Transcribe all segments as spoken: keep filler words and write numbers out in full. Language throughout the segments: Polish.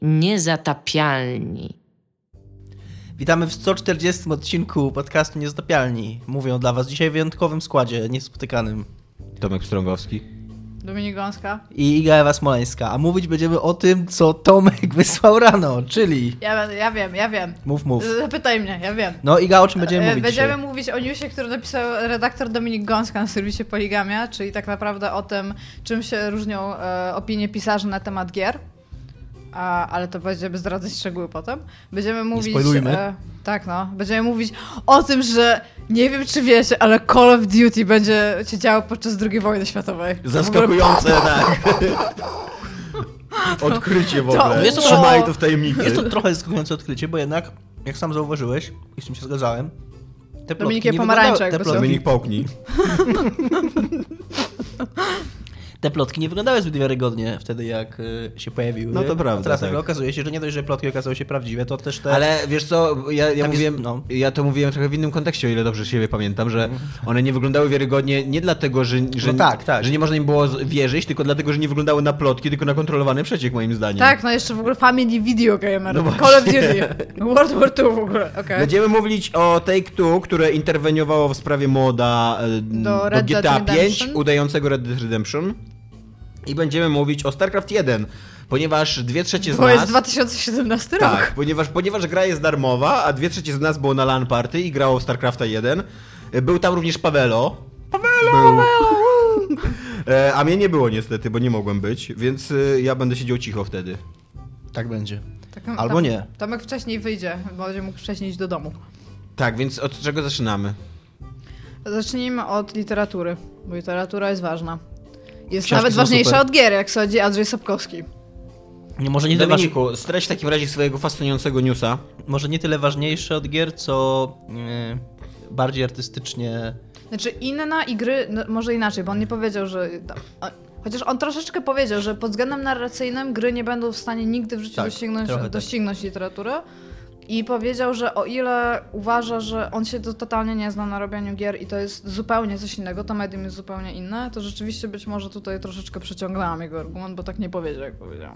Niezatapialni. Witamy w sto czterdziestym odcinku podcastu Niezatapialni. Mówią dla was dzisiaj w wyjątkowym składzie, niespotykanym. Tomek Pstrągowski. Dominik Gąska. I Iga Ewa Smoleńska. A mówić będziemy o tym, co Tomek wysłał rano, czyli... Ja, ja wiem, ja wiem. Mów, mów. Zapytaj mnie, ja wiem. No Iga, o czym będziemy mówić Będziemy dzisiaj? mówić o newsie, który napisał redaktor Dominik Gąska na serwisie Poligamia, czyli tak naprawdę o tym, czym się różnią e, opinie pisarzy na temat gier. A, ale to będziemy zdradzać szczegóły potem. Będziemy mówić... Nie spoilujmy. E, tak, no. Będziemy mówić o tym, że nie wiem, czy wiecie, ale Call of Duty będzie się działo podczas drugiej wojny światowej. Zaskakujące, tak. Odkrycie w ogóle. To- jest to- Trzymaj to w tajemnicy. Jest to trochę zaskakujące odkrycie, bo jednak, jak sam zauważyłeś, i z czym się zgadzałem, te plotki Dominikie nie pomarańcze, wyglądały, te, jakby co. plotki, Dominik połknij. te plotki nie wyglądały zbyt wiarygodnie wtedy, jak y, się pojawiły. No to prawda, A teraz tak. nagle okazuje się, że nie dość, że plotki okazały się prawdziwe, to też te... Ale wiesz co, ja, ja, Tak mówiłem, jest, no. ja to mówiłem trochę w innym kontekście, o ile dobrze siebie pamiętam, że one nie wyglądały wiarygodnie nie dlatego, że, że, No tak, tak. że nie można im było z- wierzyć, tylko dlatego, że nie wyglądały na plotki, tylko na kontrolowany przeciek, moim zdaniem. Tak, no jeszcze w ogóle Family Video Gamer. No Call of właśnie. Duty. World War Two w ogóle, okej. Będziemy mówić o Take-Two, które interweniowało w sprawie moda e, Do do Red G Dead T A pięć, Redemption. udającego Red Dead Redemption. I będziemy mówić o StarCraft jeden, ponieważ dwie trzecie z To nas... jest dwa tysiące siedemnasty rok. Tak, ponieważ, ponieważ gra jest darmowa, a dwie trzecie z nas było na LAN party i grało w StarCrafta jeden. Był tam również Pawelo. Pawelo! Był. E, A mnie nie było niestety, bo nie mogłem być, więc e, ja będę siedział cicho wtedy. Tak będzie. Tak, Albo Tom- nie. Tomek wcześniej wyjdzie, bo będzie mógł wcześniej iść do domu. Tak, więc od czego zaczynamy? Zacznijmy od literatury, bo literatura jest ważna. Jest Książki nawet są ważniejsza super. od gier, jak sądzi Andrzej Sapkowski. Nie, może, nie tyle waż... Dominiku, streść w takim razie swojego fascynującego newsa. może nie tyle ważniejsze od gier, co yy, bardziej artystycznie... Znaczy inna i gry, no, może inaczej, bo on nie powiedział, że... o- Chociaż on troszeczkę powiedział, że pod względem narracyjnym gry nie będą w stanie nigdy w życiu Tak, doścignąć, trochę tak. doścignąć literatury. I powiedział, że o ile uważa, że on się to totalnie nie zna na robieniu gier i to jest zupełnie coś innego, to medium jest zupełnie inne, to rzeczywiście być może tutaj troszeczkę przeciągnęłam jego argument, bo tak nie powiedział, jak powiedziałam.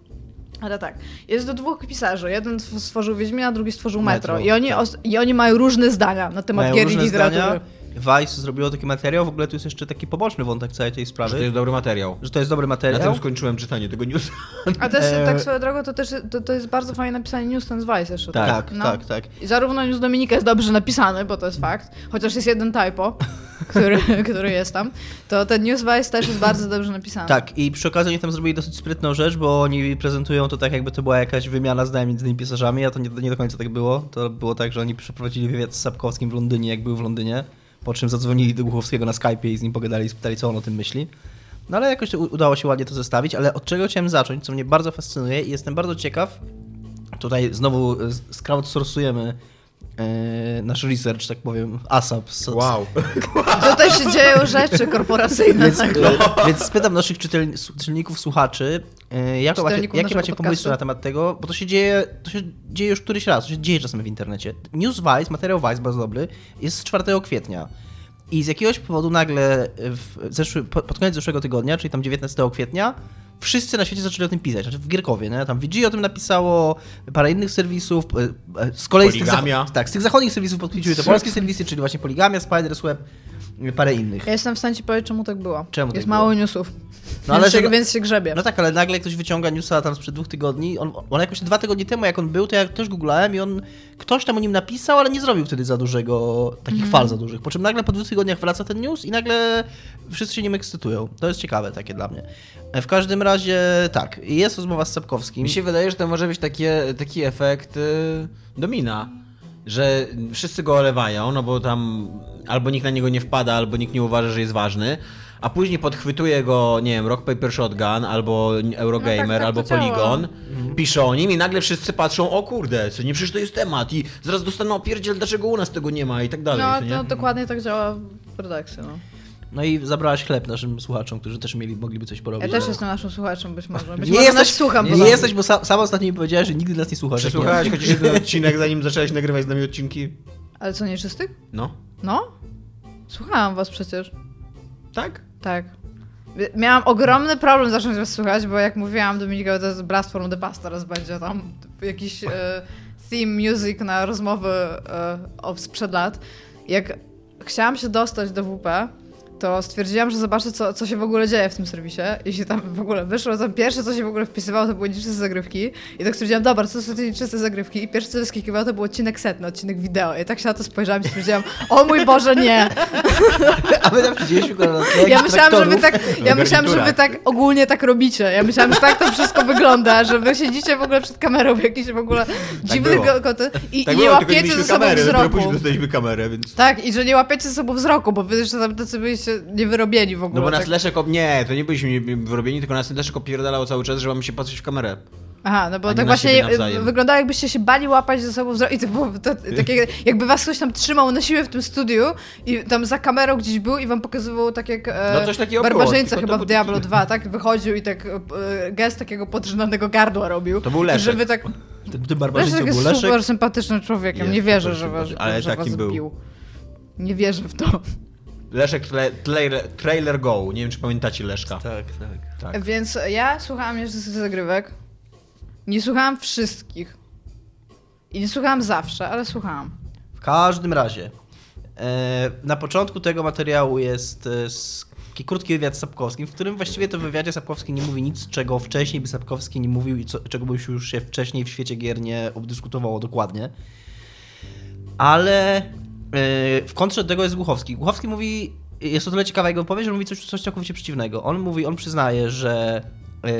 Ale tak, jest do dwóch pisarzy. Jeden stworzył Wiedźmina, drugi stworzył Metro. Metro, I, oni, tak. os- I oni mają różne zdania na temat Mają gier i różne literatury. zdania. Vice zrobiło taki materiał, w ogóle tu jest jeszcze taki poboczny wątek całej tej sprawy, Że to jest dobry materiał. że to jest dobry Na materiał. tym skończyłem czytanie tego newsa. A też, E, tak swoją drogą, to też to, to jest bardzo fajnie napisany news ten z Vice jeszcze. Tak, tak, tak, no. tak, tak. I zarówno news Dominika jest dobrze napisany, bo to jest fakt, chociaż jest jeden typo, który, który jest tam, to ten news Vice też jest bardzo dobrze napisany. Tak, i przy okazji oni tam zrobili dosyć sprytną rzecz, bo oni prezentują to tak, jakby to była jakaś wymiana zdań między tymi pisarzami, a to nie, nie do końca tak było. To było tak, że oni przeprowadzili wywiad z Sapkowskim w Londynie, jak był w Londynie, po czym zadzwonili do Głuchowskiego na Skype'ie i z nim pogadali i spytali, co on o tym myśli. No ale jakoś to u- udało się ładnie to zestawić, ale od czego chciałem zacząć, co mnie bardzo fascynuje i jestem bardzo ciekaw, tutaj znowu e, scrowdsourcujemy e, nasz research, tak powiem, ASAP. Z, Wow. Tutaj się dzieją rzeczy korporacyjne. Więc, tak. e, więc spytam naszych czytel, s- czytelników, słuchaczy, e, jaką macie, Czytelników jakie naszego macie podcastu. pomysły na temat tego, bo to się dzieje, to się dzieje już któryś raz, to się dzieje czasem w internecie. News Vice, materiał Vice, bardzo dobry, jest z czwartego kwietnia. I z jakiegoś powodu nagle w zeszły, po- pod koniec zeszłego tygodnia, czyli tam dziewiętnastego kwietnia, wszyscy na świecie zaczęli o tym pisać. Znaczy w Gierkowie, nie? Tam V G o tym napisało, parę innych serwisów, e, e, z kolei z tych, Poligamia. zach- tak, z tych zachodnich serwisów podключiły te polskie serwisy, czyli właśnie Poligamia, Spiders Web, parę innych. Ja jestem w stanie ci powiedzieć, czemu tak było. Czemu tak jest było? mało newsów. No, ale więc, się, że- więc się grzebie. No tak, ale nagle ktoś wyciąga newsa tam sprzed dwóch tygodni. On, on jakoś dwa tygodnie temu, jak on był, to ja też googlałem i on ktoś tam o nim napisał, ale nie zrobił wtedy za dużego, takich Mhm. fal za dużych. Po czym nagle po dwóch tygodniach wraca ten news i nagle wszyscy się nim ekscytują. To jest ciekawe takie dla mnie. W każdym razie tak, jest rozmowa z Sapkowskim. Mi się wydaje, że to może być takie, taki efekt y, domina, że wszyscy go olewają, no bo tam albo nikt na niego nie wpada, albo nikt nie uważa, że jest ważny, a później podchwytuje go, nie wiem, Rock Paper Shotgun, albo Eurogamer, No tak, tak albo to działa. Polygon, pisze o nim i nagle wszyscy patrzą, o kurde, co nie, przecież to jest temat i zaraz dostaną opierdziel, dlaczego u nas tego nie ma i tak dalej, No, co nie? to dokładnie tak działa w redakcji, no. No i zabrałaś chleb naszym słuchaczom, którzy też mieli, mogliby coś Ja porobić. też jestem naszym słuchaczem, być może. Być Nie może jesteś, nas słucham. nie, bo nie znam. jesteś, bo sam, sam ostatnio mi powiedziałeś, że nigdy nas nie słuchasz. jak Przesłuchałeś nie. chociaż jeden odcinek, zanim zaczęłaś nagrywać z nami odcinki? Ale co, nieczystych? No. No? Słuchałam was przecież. Tak? Tak. Miałam ogromny problem zacząć was słuchać, bo jak mówiłam Dominikowi, to jest Blast from the Past, teraz będzie tam jakiś e, theme music na rozmowy e, o sprzed lat. Jak chciałam się dostać do W P, to stwierdziłam, że zobaczę, co, co się w ogóle dzieje w tym serwisie. I się tam w ogóle wyszło, tam pierwsze, co się w ogóle wpisywało, to były nieczyste zagrywki. I tak stwierdziłam, dobra, co są te nieczyste zagrywki? I pierwsze, co wyskakiwało, to był odcinek setny, odcinek wideo. I tak się na to spojrzałam i stwierdziłam, o mój Boże, nie! A my tam siedzieliśmy na tle Ja myślałam, że wy tak, ja No, myślałam, że wy tak ogólnie tak robicie. Ja myślałam, że tak to wszystko wygląda, że wy siedzicie w ogóle przed kamerą w jakichś w ogóle dziwnych było. koty i, Tak i nie było, tylko nie łapiecie mieliśmy ze sobą kamery, dopiero wzroku. później dostaliśmy kamerę, więc... Tak, i że nie łapiecie ze sobą wzroku, bo wy jeszcze tam tacy byliście niewyrobieni w ogóle. No bo nas tak. Leszek... Op... Nie, to nie byliśmy wyrobieni, tylko nas Leszek opierdalał cały czas, że mamy się patrzeć w kamerę. Aha, no bo A nie tak na siebie właśnie nawzajem. wyglądało, jakbyście się bali łapać ze sobą wzrok i to było to, takie, jakby was ktoś tam trzymał na siłę w tym studiu i tam za kamerą gdzieś był i wam pokazywał tak jak e, No coś takiego było, barbarzyńca tylko chyba to w był Diablo taki- dwa, tak? Wychodził i tak e, gest takiego podrzynanego gardła robił. To był Leszek. Żeby tak... Tym, tym barbarzyńcą Leszek był jest Leszek. super sympatycznym człowiekiem, Jest nie wierzę, super że was, sympatyczny, ale że was takim był. bił. Nie wierzę w to. Leszek tle, trailer, trailer Go, nie wiem czy pamiętacie Leszka. Tak, tak. Tak. Więc ja słuchałam jeszcze z zagrywek. Nie słuchałam wszystkich. I nie słuchałam zawsze, ale słuchałam. W każdym razie, e, na początku tego materiału jest e, s- taki krótki wywiad z Sapkowskim, w którym właściwie to w wywiadzie Sapkowski nie mówi nic, czego wcześniej by Sapkowski nie mówił i co, czego by już się wcześniej w świecie gier nie obdyskutowało dokładnie. Ale e, w kontrze do tego jest Głuchowski. Głuchowski mówi, jest o tyle ciekawa jego wypowiedź, że mówi coś, coś całkowicie przeciwnego. On mówi, on przyznaje, że e,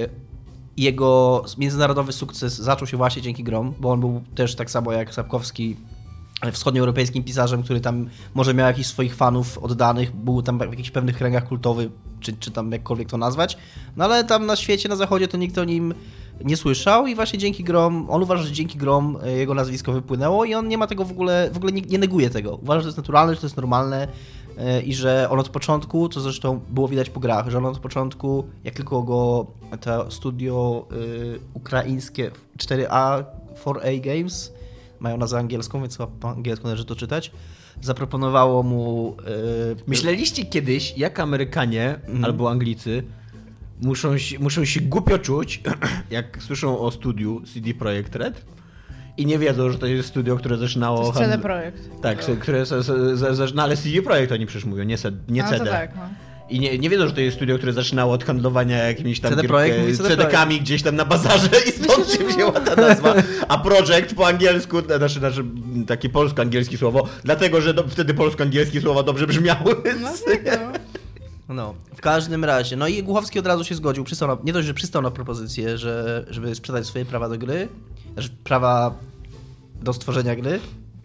jego międzynarodowy sukces zaczął się właśnie dzięki grom, bo on był też tak samo jak Sapkowski wschodnioeuropejskim pisarzem, który tam może miał jakichś swoich fanów oddanych, był tam w jakichś pewnych kręgach kultowych, czy, czy tam jakkolwiek to nazwać, no ale tam na świecie, na zachodzie to nikt o nim nie słyszał i właśnie dzięki grom, on uważa, że dzięki grom jego nazwisko wypłynęło i on nie ma tego w ogóle, w ogóle nie, nie neguje tego. Uważa, że to jest naturalne, że to jest normalne i że on od początku, co zresztą było widać po grach, że on od początku, jak tylko go to studio y, ukraińskie cztery A, cztery A Games, mają nazwę angielską, więc chyba po angielsku należy to czytać, zaproponowało mu... Yy, Myśleliście kiedyś, jak Amerykanie Mhm. albo Anglicy muszą się, muszą się głupio czuć, jak słyszą o studiu C D Projekt Red i nie wiedzą, że to jest studio, które zaczynało... To jest handl- C D Projekt. Tak, które... z- z- z- z- No ale C D Projekt oni przecież mówią, nie, se, nie No C to D. tak, no. I nie, nie wiedzą, że to jest studio, które zaczynało od handlowania jakimiś tam C D Projekt gier- mówi C D C D kami gdzieś tam na bazarze i stąd się wzięła ta nazwa. A Project po angielsku, znaczy, znaczy takie polsko-angielskie słowo, dlatego, że do, wtedy polsko-angielskie słowa dobrze brzmiały. No tak, no. No, w każdym razie. No i Głuchowski od razu się zgodził. Przystał na, nie dość, że przystał na propozycję, że, żeby sprzedać swoje prawa do gry, znaczy prawa do stworzenia gry,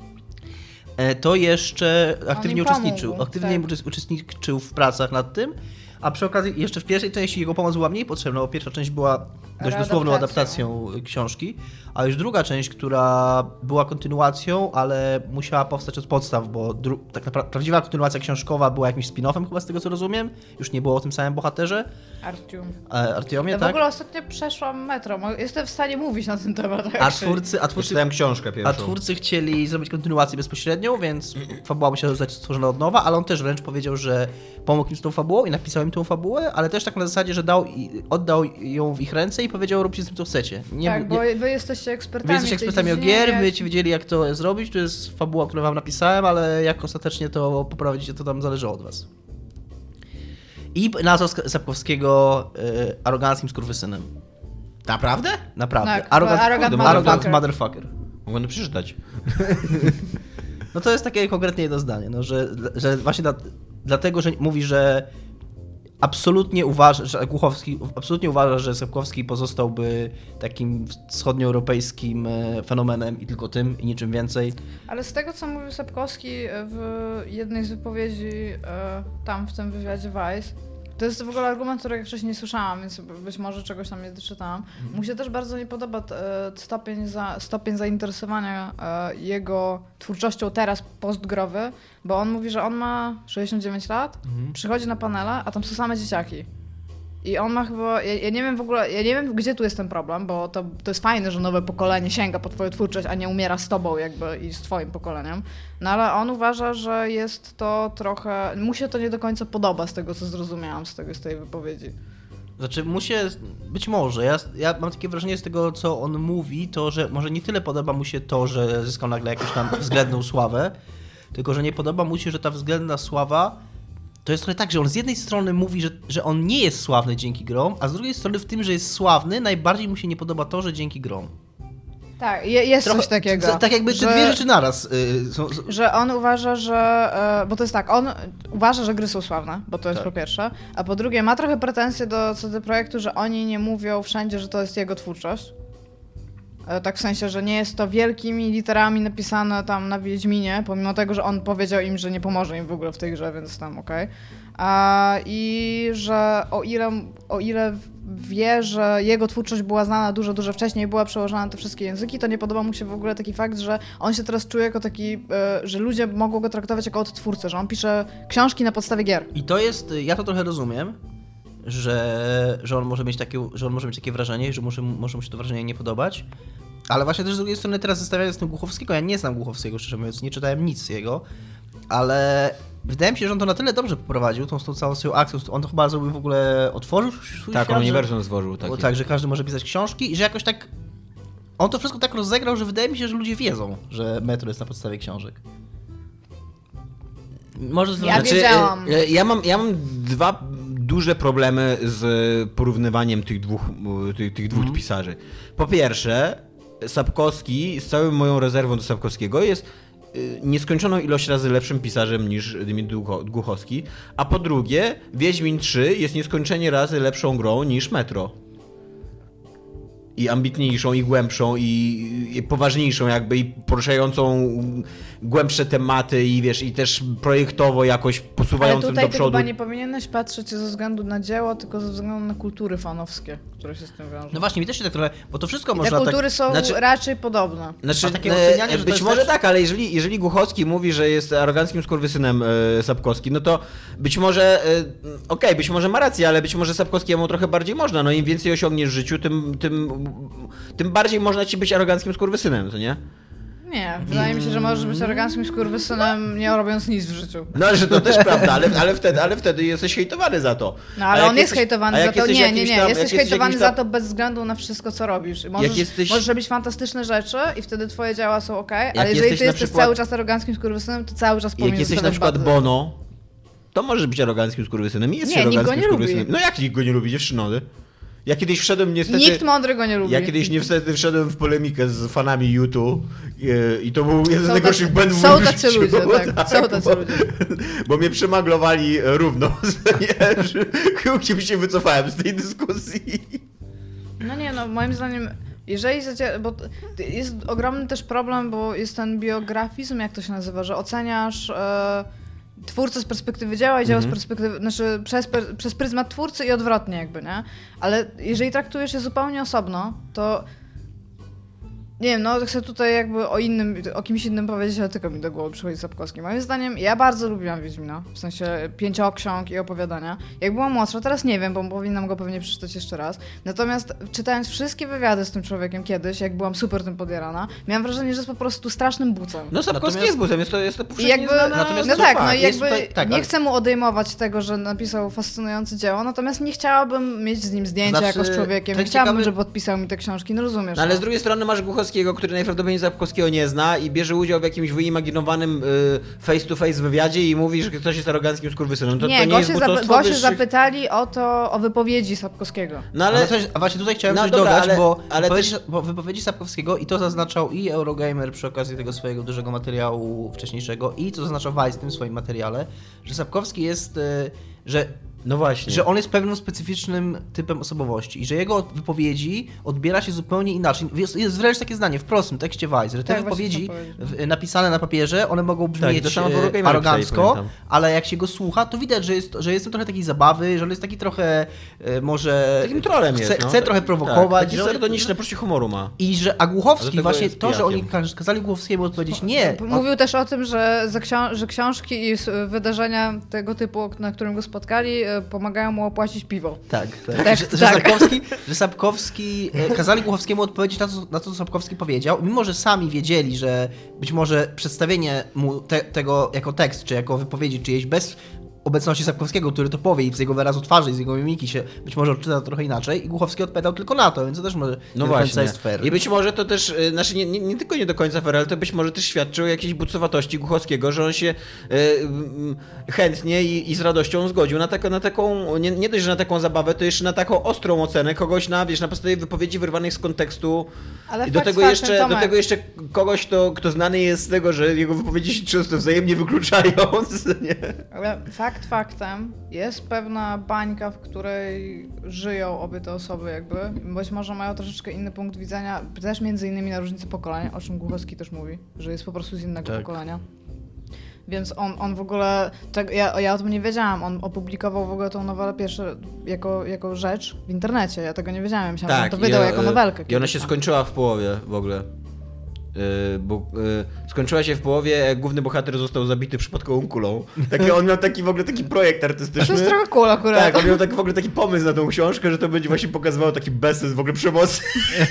e, to jeszcze aktywnie im pomógł, uczestniczył. Aktywnie tak. uczes- uczestniczył w pracach nad tym, a przy okazji jeszcze w pierwszej części jego pomoc była mniej potrzebna, bo pierwsza część była dość dosłowną Readaptacją. adaptacją książki, a już druga część, która była kontynuacją, ale musiała powstać od podstaw, bo dru- tak naprawdę prawdziwa kontynuacja książkowa była jakimś spin-offem chyba z tego co rozumiem, już nie było o tym samym bohaterze, Artium. e, Artiomie, Ja w tak? ogóle ostatnio przeszłam metro. mo- Jestem w stanie mówić na ten temat. A twórcy, a twórcy, Przeczytałem książkę a pierwszą. twórcy chcieli zrobić kontynuację bezpośrednią, więc fabuła musiała zostać stworzona od nowa, ale on też wręcz powiedział, że pomógł im z tą fabułą i napisał im tą fabułę, ale też tak na zasadzie, że dał, i- oddał ją w ich ręce i powiedział, róbcie z tym co chcecie. Nie, Tak, nie, bo wy jesteście ekspertami. Wy jesteście w tej ekspertami o dziedzinie, gier, ja wy będziecie wiedzieli jak to zrobić, to jest fabuła, którą wam napisałem, ale jak ostatecznie to poprowadzicie, to tam zależy od was. I nazwał Sk- Sapkowskiego y, aroganckim skurwysynem. Naprawdę? Naprawdę. Tak, Arrogant, arrogant kurde, arrogant motherfucker. motherfucker. Mogłem to przeczytać. No to jest takie konkretnie jedno zdanie, no, że, że właśnie dla, dlatego, że mówi, że absolutnie uważa, że Głuchowski absolutnie uważa, że Sapkowski pozostałby takim wschodnioeuropejskim e, fenomenem i tylko tym i niczym więcej. Ale z tego, co mówił Sapkowski w jednej z wypowiedzi e, tam w tym wywiadzie Vice, to jest w ogóle argument, którego wcześniej nie słyszałam, więc być może czegoś tam nie doczytałam. Mu się też bardzo nie podoba e, stopień, za, stopień zainteresowania e, jego twórczością teraz postgrowy, bo on mówi, że on ma sześćdziesiąt dziewięć lat, Mhm. przychodzi na panele, a tam są same dzieciaki. I on ma chyba, ja, ja nie wiem w ogóle, ja nie wiem gdzie tu jest ten problem, bo to, to jest fajne, że nowe pokolenie sięga po twoją twórczość, a nie umiera z tobą jakby i z twoim pokoleniem. No ale on uważa, że jest to trochę, mu się to nie do końca podoba z tego, co zrozumiałam z, tego, z tej wypowiedzi. Znaczy mu się, być może, ja, ja mam takie wrażenie z tego, co on mówi, to, że może nie tyle podoba mu się to, że zyskał nagle jakąś tam względną sławę, tylko że nie podoba mu się, że ta względna sława to jest trochę tak, że on z jednej strony mówi, że, że on nie jest sławny dzięki grom, a z drugiej strony w tym, że jest sławny, najbardziej mu się nie podoba to, że dzięki grom. Tak, je, jest Trochę, coś takiego. z, tak jakby że, te dwie rzeczy naraz. Yy, są, że on uważa, że, yy, bo to jest tak, on uważa, że gry są sławne, bo to jest tak. po pierwsze, a po drugie ma trochę pretensje do C D Projektu, że oni nie mówią wszędzie, że to jest jego twórczość. Yy, tak w sensie, że nie jest to wielkimi literami napisane tam na Wiedźminie, pomimo tego, że on powiedział im, że nie pomoże im w ogóle w tej grze, więc tam okej. Okay. A, I że o ile, o ile wie, że jego twórczość była znana dużo, dużo wcześniej i była przełożona na te wszystkie języki, to nie podoba mu się w ogóle taki fakt, że on się teraz czuje jako taki, y, że ludzie mogą go traktować jako odtwórcę, że on pisze książki na podstawie gier. I to jest, ja to trochę rozumiem, że, że, on może mieć takie, że on może mieć takie wrażenie, że może, może mu się to wrażenie nie podobać, ale właśnie też z drugiej strony teraz zestawiając z tym Głuchowskiego, ja nie znam Głuchowskiego, szczerze mówiąc, nie czytałem nic jego, ale wydaje mi się, że on to na tyle dobrze poprowadził, tą, tą całą swoją akcją, on to chyba zrobił w ogóle, otworzył swój Tak, świat, on uniwersum stworzył. Bo tak, że każdy może pisać książki i że jakoś tak, on to wszystko tak rozegrał, że wydaje mi się, że ludzie wiedzą, że Metro jest na podstawie książek. Może Ja znaczy, wiedziałam. Ja, ja, mam, ja mam dwa duże problemy z porównywaniem tych dwóch, tych, tych dwóch mm. pisarzy. Po pierwsze, Sapkowski z całą moją rezerwą do Sapkowskiego jest nieskończoną ilość razy lepszym pisarzem niż Dmitrij Głuchowski, a po drugie, Wiedźmin trzy jest nieskończenie razy lepszą grą niż Metro. I ambitniejszą, i głębszą, i, i poważniejszą jakby, i poruszającą głębsze tematy, i wiesz, i też projektowo jakoś posuwającą Ale tutaj do ty przodu. chyba nie powinieneś patrzeć ze względu na dzieło, tylko ze względu na kultury fanowskie, które się z tym wiążą. No właśnie, mi też się tak trochę, bo to wszystko I można te kultury tak... są znaczy- raczej podobne. Znaczy, A takie e, ocenianie, że to być jest może lepsze? tak, ale jeżeli, jeżeli Głuchowski mówi, że jest aroganckim skurwysynem e, Sapkowski, no to być może, e, okej, okay, być może ma rację, ale być może Sapkowskiemu trochę bardziej można. No im więcej osiągniesz w życiu, tym, tym, tym bardziej można ci być aroganckim skurwysynem, to nie? Nie, wydaje mi się, że możesz być aroganckim skurwysynem, nie robiąc nic w życiu. No, że to też prawda, ale, ale, wtedy, ale wtedy jesteś hejtowany za to. No ale A jak on jest jesteś- hejtowany a za jak to. jesteś Nie, nie, jakimś nie. tam- Jesteś jak hejtowany jakimś za tam- to bez względu na wszystko, co robisz. Możesz, jesteś- możesz robić fantastyczne rzeczy i wtedy twoje dzieła są okej, ale jeżeli jesteś ty na jesteś przykład- cały czas aroganckim skurwysynem, to cały czas Jak powinieneś jesteś na dostać przykład bazę. Bono, to możesz być aroganckim skurwysynem i jesteś Nie, nikt go aroganckim nie lubi. skurwysynem. No jak nikt go nie lubi, dziewczynody? Ja kiedyś wszedłem niestety... Nikt mądry go nie lubi. Ja kiedyś niestety wszedłem w polemikę z fanami YouTube i, i to był jeden z Są najgorszych tacy- błędów w są moim tacy życiu. ludzie, tak, są tacy bo, ludzie. Bo mnie przemaglowali równo. Nie, że chyba się wycofałem z tej dyskusji. No nie, no moim zdaniem, jeżeli zacie, bo t- jest ogromny też problem, bo jest ten biografizm, jak to się nazywa, że oceniasz e, twórcę z perspektywy dzieła i dzieło Mhm. z perspektywy, znaczy przez, per, przez pryzmat twórcy i odwrotnie jakby, nie? Ale jeżeli traktujesz je zupełnie osobno, to nie wiem, no chcę tutaj jakby o innym, o kimś innym powiedzieć, ale tylko mi do głowy przychodzi Sapkowski. Moim zdaniem, ja bardzo lubiłam Wiedźmina, w sensie pięcioksiąg i opowiadania. Jak byłam młodsza, teraz nie wiem, bo powinnam go pewnie przeczytać jeszcze raz. Natomiast czytając wszystkie wywiady z tym człowiekiem kiedyś, jak byłam super tym podjarana, miałam wrażenie, że jest po prostu strasznym bucem. No Sapkowski Natomiast- jest buzem, jest to, jest to I powszechnie jakby, znane. natomiast no to tak, fakt, no i jest jakby tutaj- tak, nie ale- chcę mu odejmować tego, że napisał fascynujące dzieło, natomiast nie chciałabym mieć z nim zdjęcia Znaczy, jako z człowiekiem, to nie chciałabym, ciekawy- żeby podpisał mi te książki, no rozumiesz. No ale no. z drugiej strony masz Głuchowskiego, który najprawdopodobniej Sapkowskiego nie zna i bierze udział w jakimś wyimaginowanym y, face-to-face wywiadzie i mówi, że ktoś jest aroganckim skurwysynem. To, nie, to nie goście, jest zap- bucostwo goście wyższych... zapytali o to, o wypowiedzi Sapkowskiego. No Ale... ale... Coś, a właśnie tutaj chciałem No coś dobra, dodać, ale- bo, ale wypowiedzi, też- bo wypowiedzi Sapkowskiego i to zaznaczał i Eurogamer przy okazji tego swojego dużego materiału wcześniejszego i co zaznaczał Vice w tym swoim materiale, że Sapkowski jest, y, że No właśnie. że on jest pewnym specyficznym typem osobowości i że jego wypowiedzi odbiera się zupełnie inaczej. Jest, jest wręcz takie zdanie w prostym tekście Vice, że te Tak, wypowiedzi właśnie chciałam powiedzieć. w, napisane na papierze, one mogą Tak, brzmieć to samo po e, Eurogamerze arogancko, pisali, pamiętam. ale jak się go słucha, to widać, że jest, że jest to trochę takiej zabawy, że on jest taki trochę e, może... Takim trolem chce, jest, no. chce trochę prowokować. Tak, taki że on- sardoniczne poczucie humoru ma. I że, a A do Głuchowski, tego właśnie jest to, że oni pijakiem. każ- kazali Głuchowskiemu odpowiedzieć nie. on- Mówił też o tym, że, za ksią- że książki i s- wydarzenia tego typu, na którym go spotkali, yy, e, pomagają mu opłacić piwo. Tak, tak. Tak, że, tak. że Sapkowski, że Sapkowski e, kazali Głuchowskiemu odpowiedzieć na to, na to, co Sapkowski powiedział, mimo że sami wiedzieli, że być może przedstawienie mu te, tego jako tekst, czy jako wypowiedzi czyjeś bez obecności Sapkowskiego, który to powie i z jego wyrazu twarzy i z jego mimiki się być może odczyta to trochę inaczej i Głuchowski odpowiadał tylko na to, więc to też może No nie właśnie. do końca jest fair. I być może to też, y, znaczy nie, nie, nie tylko nie do końca fair, ale to być może też świadczy o jakiejś bucowatości Głuchowskiego, że on się y, y, chętnie i, i z radością zgodził na, tako, na taką, nie, nie dość, że na taką zabawę, to jeszcze na taką ostrą ocenę kogoś na, wiesz, na podstawie wypowiedzi wyrwanych z kontekstu. Ale I do fakt tego, faktem, jeszcze, Tomek. do tego jeszcze kogoś, kto, kto znany jest z tego, że jego wypowiedzi się często wzajemnie wykluczają. Nie? Ale fakt faktem jest pewna bańka, w której żyją obie te osoby jakby. Być może mają troszeczkę inny punkt widzenia, też między innymi na różnicy pokoleń, o czym Głuchowski też mówi, że jest po prostu z innego Tak. pokolenia. Więc on, on w ogóle, tego, ja, ja o tym nie wiedziałam, on opublikował w ogóle tą nowelę pierwsze jako, jako rzecz w internecie, ja tego nie wiedziałam, ja myślałam, że on to wydał i, jako e, nowelkę. I ona kiedyś się tam. skończyła w połowie w ogóle. Yy, bo yy, skończyła się w połowie, jak główny bohater został zabity przypadkową kulą. Taki, on miał taki w ogóle taki projekt artystyczny. To jest trochę cool akurat. Tak, on miał taki, w ogóle taki pomysł na tą książkę, że to będzie właśnie pokazywało taki bezsens w ogóle przemocy.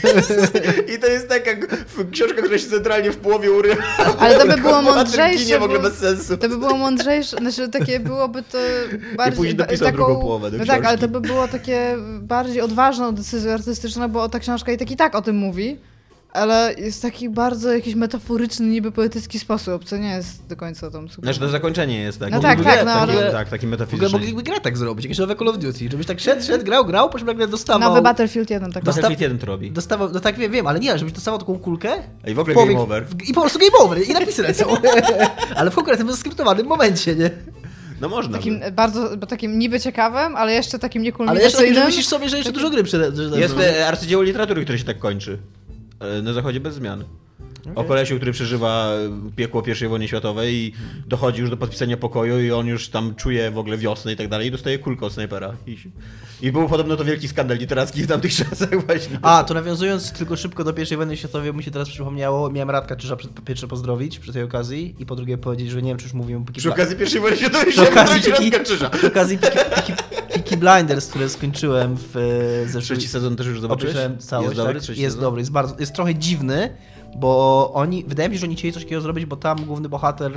I to jest taka książka, która się centralnie w połowie urywa. Ale to by było Bohater mądrzejsze, ginie w ogóle bo- bez sensu. To by było mądrzejsze, znaczy takie byłoby to bardziej... później dopisał taką, drugą połowę do No tak, ale książki. to by było takie bardziej odważną decyzją artystyczną, bo ta książka i tak i tak o tym mówi, ale jest taki bardzo jakiś metaforyczny, niby poetycki sposób, co nie jest do końca tam super. Znaczy to zakończenie jest takie. No tak, Mogliby tak, grę- no taki- ale- Tak, taki W ogóle metafizyczny. mogliby grę tak zrobić, jakieś nowe Call of Duty, żebyś tak szedł, szedł, grał, grał, po czym nagle dostawał... Nowy Battlefield jeden, tak. Dosta- Battlefield jeden to robi. Dostawał, no tak wiem, wiem, ale nie, żebyś dostawał taką kulkę. I w ogóle połowie- game over. I po prostu game over i napisy lecą. Ale w konkretnym, skryptowanym momencie, nie? No można. Takim by. bardzo, bo takim niby ciekawym, ale jeszcze takim Ale jeszcze niekulminacyjnym. że myślisz sobie, że jeszcze dużo gry przede... że- Jest e, arcydzieło literatury, które się tak kończy. E, Na zachodzie bez zmian. O kolesiu, który przeżywa piekło pierwszej wojny światowej i dochodzi już do podpisania pokoju i on już tam czuje w ogóle wiosnę i tak dalej i dostaje kulkę od snajpera. I, i był podobno to wielki skandal literacki w tamtych czasach właśnie. A, to nawiązując tylko szybko do pierwszej wojny światowej, mi się teraz przypomniało, miałem Radka Czyża przed- po pierwsze pozdrowić przy tej okazji i po drugie powiedzieć, że nie wiem, czy już mówiłem Peaky Przy Bli- okazji pierwszej wojny światowej przy się okazji pozdrowić Peaky- Radka Krzyża. przy okazji Peaky, Peaky, Peaky Blinders, które skończyłem w e, zeszłym... Trzeci sezon też już zobaczyłeś? Obejrzałem całość, Jest dobry tak? trzeci Jest sezon? dobry, jest bardzo, jest trochę dziwny, bo oni, wydaje mi się, że oni chcieli coś takiego zrobić, bo tam główny bohater e,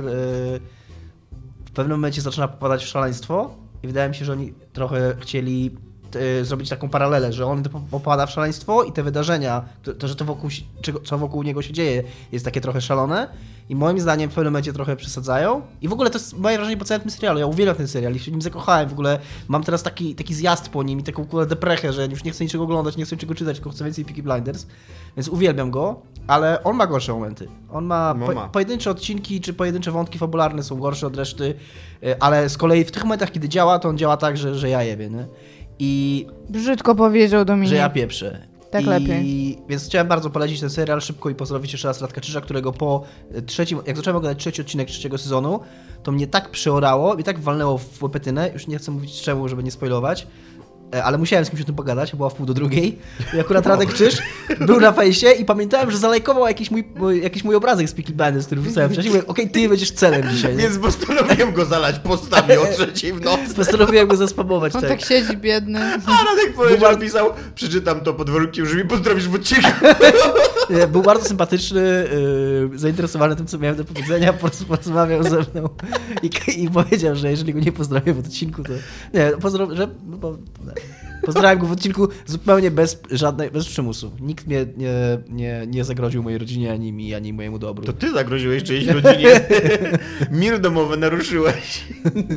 w pewnym momencie zaczyna popadać w szaleństwo i wydaje mi się, że oni trochę chcieli e, zrobić taką paralelę, że on popada w szaleństwo i te wydarzenia, to, to że to wokół, si- czego, co wokół niego się dzieje, jest takie trochę szalone i moim zdaniem w pewnym momencie trochę przesadzają i w ogóle to jest moje wrażenie po całym tym serialu, ja uwielbiam ten serial i się nim zakochałem, w ogóle mam teraz taki, taki zjazd po nim i taką kulę deprechę, że już nie chcę niczego oglądać, nie chcę niczego czytać, tylko chcę więcej Peaky Blinders, więc uwielbiam go, ale on ma gorsze momenty. On ma, No po, ma. pojedyncze odcinki czy pojedyncze wątki fabularne są gorsze od reszty, y, ale z kolei w tych momentach, kiedy działa, to on działa tak, że, że ja jebie, nie? I Brzydko powiedział Dominik. że ja pieprzę. Tak I, lepiej. Więc chciałem bardzo polecić ten serial szybko i pozdrowić jeszcze raz Radka Czyża, którego po trzecim, jak zacząłem oglądać trzeci odcinek trzeciego sezonu, to mnie tak przeorało i tak walnęło w łepetynę, już nie chcę mówić czemu, żeby nie spoilować, e, ale musiałem z kimś o tym pogadać, była w pół do drugiej i akurat Radek Czyż był na fejsie i pamiętałem, że zalajkował jakiś mój, mój, jakiś mój obrazek z Peaky Blinders, który wrzucałem wcześniej, mówię, okej, ty będziesz celem dzisiaj. Nie? Więc postanowiłem go zalać postami o trzeciej w nocy. Postanowiłem go zaspamować, On tak. tak siedzi biedny. A Radek powiedział, Był- napisał, przeczytam to pod warunkiem, że mi pozdrowisz w odcinku. Nie, był bardzo sympatyczny, yy, zainteresowany tym, co miałem do powiedzenia, po prostu porozmawiał ze mną i, i powiedział, że jeżeli go nie pozdrowię w odcinku, to... Nie, pozdro... że... no, bo, nie. Pozdrawiam go w odcinku zupełnie bez żadnej, bez przymusu. Nikt mnie nie, nie, nie zagroził mojej rodzinie, ani mi, ani mojemu dobru. To ty zagroziłeś czyjejś rodzinie. Mir domowy naruszyłeś.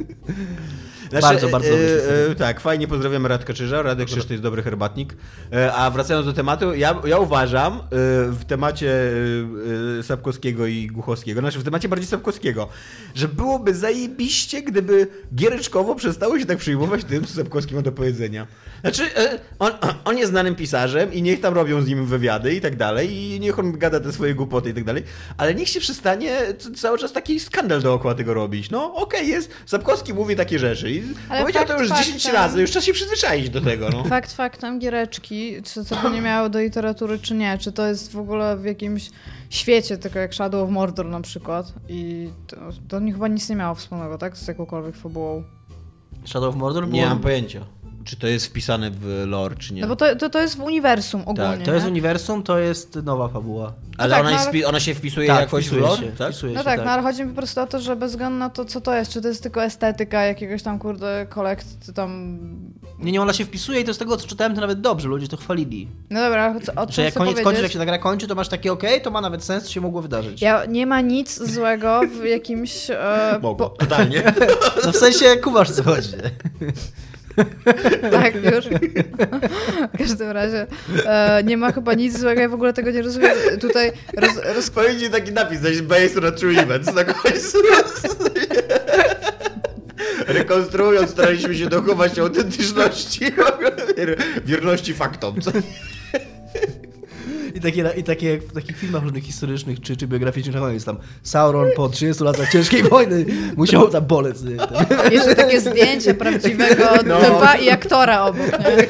Bardzo, bardzo dobry e, serial. e, Tak, fajnie pozdrawiamy Radka Czyża. Radek Czyż to jest dobry herbatnik. E, a wracając do tematu, ja, ja uważam e, w temacie e, Sapkowskiego i Głuchowskiego, znaczy w temacie bardziej Sapkowskiego, że byłoby zajebiście, gdyby Giereczkowo przestało się tak przejmować tym, co Sapkowski ma do powiedzenia. Znaczy, e, on, on jest znanym pisarzem i niech tam robią z nim wywiady i tak dalej i niech on gada te swoje głupoty i tak dalej, ale niech się przestanie c- cały czas taki skandal dookoła tego robić. No okej, jest, Sapkowski mówi takie rzeczy i Ale powiedział fakt to już dziesięć faktem- razy, już czas się przyzwyczaić do tego, no. Fakt faktem, giereczki, czy co by nie miało do literatury, czy nie, czy to jest w ogóle w jakimś świecie, tylko jak Shadow of Mordor na przykład i to, to chyba nic nie miało wspólnego, tak, z jakąkolwiek fabułą. Shadow of Mordor było... Nie mam pojęcia, czy to jest wpisane w lore, czy nie. No bo to, to, to jest w uniwersum ogólnie. Tak, To jest nie? uniwersum, to jest nowa fabuła. Ale tak, ona, no jest, ale- wpi- ona się wpisuje Tak, jakoś wpisuje w lore? się, Tak? wpisuje No się, tak, tak. no ale chodzi mi po prostu o to, że bez względu na to, co to jest, czy to jest tylko estetyka jakiegoś tam, kurde, kolekt, tam... Nie, nie, ona się wpisuje i to z tego, co czytałem, to nawet dobrze, ludzie to chwalili. No dobra, ale co, o co Że jak chcę koniec powiedzieć? kończysz, jak się ta gra kończy, to masz takie okej, to ma nawet sens, co się mogło wydarzyć. Ja, nie ma nic złego w jakimś... E, Mogło, totalnie. No w sensie, kumasz co chodzi. Tak, już. W każdym razie e, nie ma chyba nic złego, ja w ogóle tego nie rozumiem. Tutaj roz, roz... Powiem ci taki napis, to jest based on a true events na końcu. Rekonstruując, staraliśmy się dochować autentyczności, wierności faktom. Co? I takie, i takie jak w takich filmach różnych historycznych czy, czy biograficznych, no jest tam Sauron po trzydziestu latach ciężkiej wojny musiał tam bolec. Nie? Tam. Jeszcze takie zdjęcie prawdziwego No. typa i aktora obok, nie?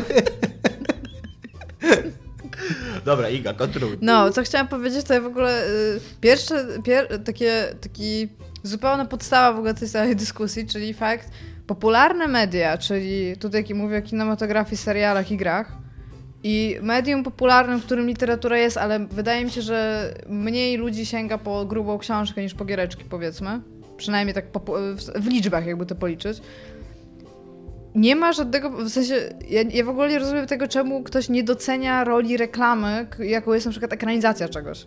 Dobra, Iga, kontynuuj. No, co chciałam powiedzieć, to ja w ogóle y, pierwsze, pier, takie, taki zupełna podstawa w ogóle tej całej dyskusji, czyli fakt, popularne media, czyli tutaj jak mówię o kinematografii, serialach i grach, i medium popularnym, w którym literatura jest, ale wydaje mi się, że mniej ludzi sięga po grubą książkę niż po giereczki, powiedzmy. Przynajmniej tak po, w, w liczbach jakby to policzyć. Nie ma żadnego, w sensie, ja, ja w ogóle nie rozumiem tego, czemu ktoś nie docenia roli reklamy, k- jaką jest na przykład ekranizacja czegoś.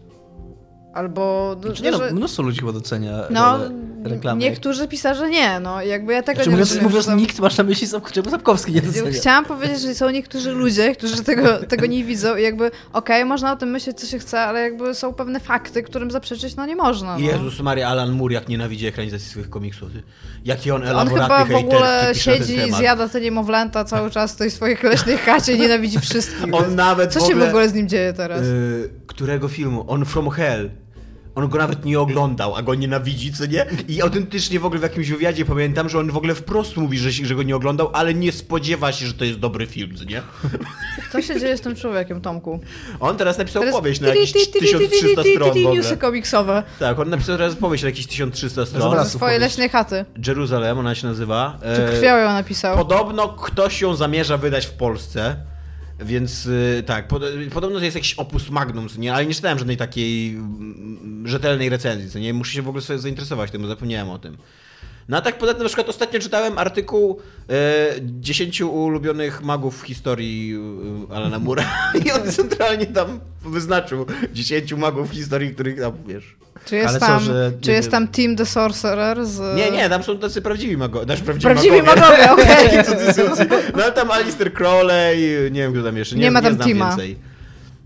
Albo... Znaczy, nie no, że, mnóstwo ludzi chyba docenia no, rolę reklamy. niektórzy pisarze nie, no jakby ja tego Znaczy, nie mówiąc, rozumiem. mówiąc że są- nikt, masz na myśli, czemu Sapkowski nie docenia. Chciałam powiedzieć, że są niektórzy ludzie, którzy tego, tego nie widzą i jakby okej, można o tym myśleć, co się chce, ale jakby są pewne fakty, którym zaprzeczyć no nie można. No. Jezus Maria, Alan Moore jak nienawidzi ekranizacji swoich komiksów. Ty. Jaki on On elaboratny chyba w hejterski ogóle pisze na ten siedzi i temat. zjada te niemowlęta cały czas w tej swoich leśnych chacie i nienawidzi wszystkich. On nawet Co w się ogóle, w ogóle z nim dzieje teraz? y, którego filmu? On From Hell. On go nawet nie oglądał, a go nienawidzi, co nie? I autentycznie w ogóle w jakimś wywiadzie pamiętam, że on w ogóle wprost mówi, że, że go nie oglądał, ale nie spodziewa się, że to jest dobry film, co nie? Co się dzieje z tym człowiekiem, Tomku? On teraz napisał Teraz- powieść na jakieś tysiąc trzysta stron w Newsy ogóle. komiksowe Tak, on napisał teraz powieść na jakieś tysiąc trzysta stron. Dobra. ze swojej powieść. leśnej chaty. Jeruzalem, ona się nazywa. Czy E, krwią ją napisał? Podobno ktoś ją zamierza wydać w Polsce, więc y, tak, pod, podobno to jest jakiś opus magnum, co nie? Ale nie czytałem żadnej takiej mm, rzetelnej recenzji, co nie? Muszę się w ogóle sobie zainteresować tym, bo zapomniałem o tym. No a tak poza tym na przykład ostatnio czytałem artykuł e, dziesięciu ulubionych magów w historii e, Alana Moore'a i on centralnie tam wyznaczył dziesięciu magów w historii, których tam, wiesz... Czy jest Ale co, tam, że czy nie jest wiem. tam Team the Sorcerer z... Nie, nie, tam są tacy prawdziwi magowie, znaczy prawdziwi, Prawdziwi magowie. magowie, okej. Takie cudzysłówcy. No ale tam Alistair Crowley, nie wiem kto tam jeszcze, nie, Nie ma tam nie znam Tima. więcej.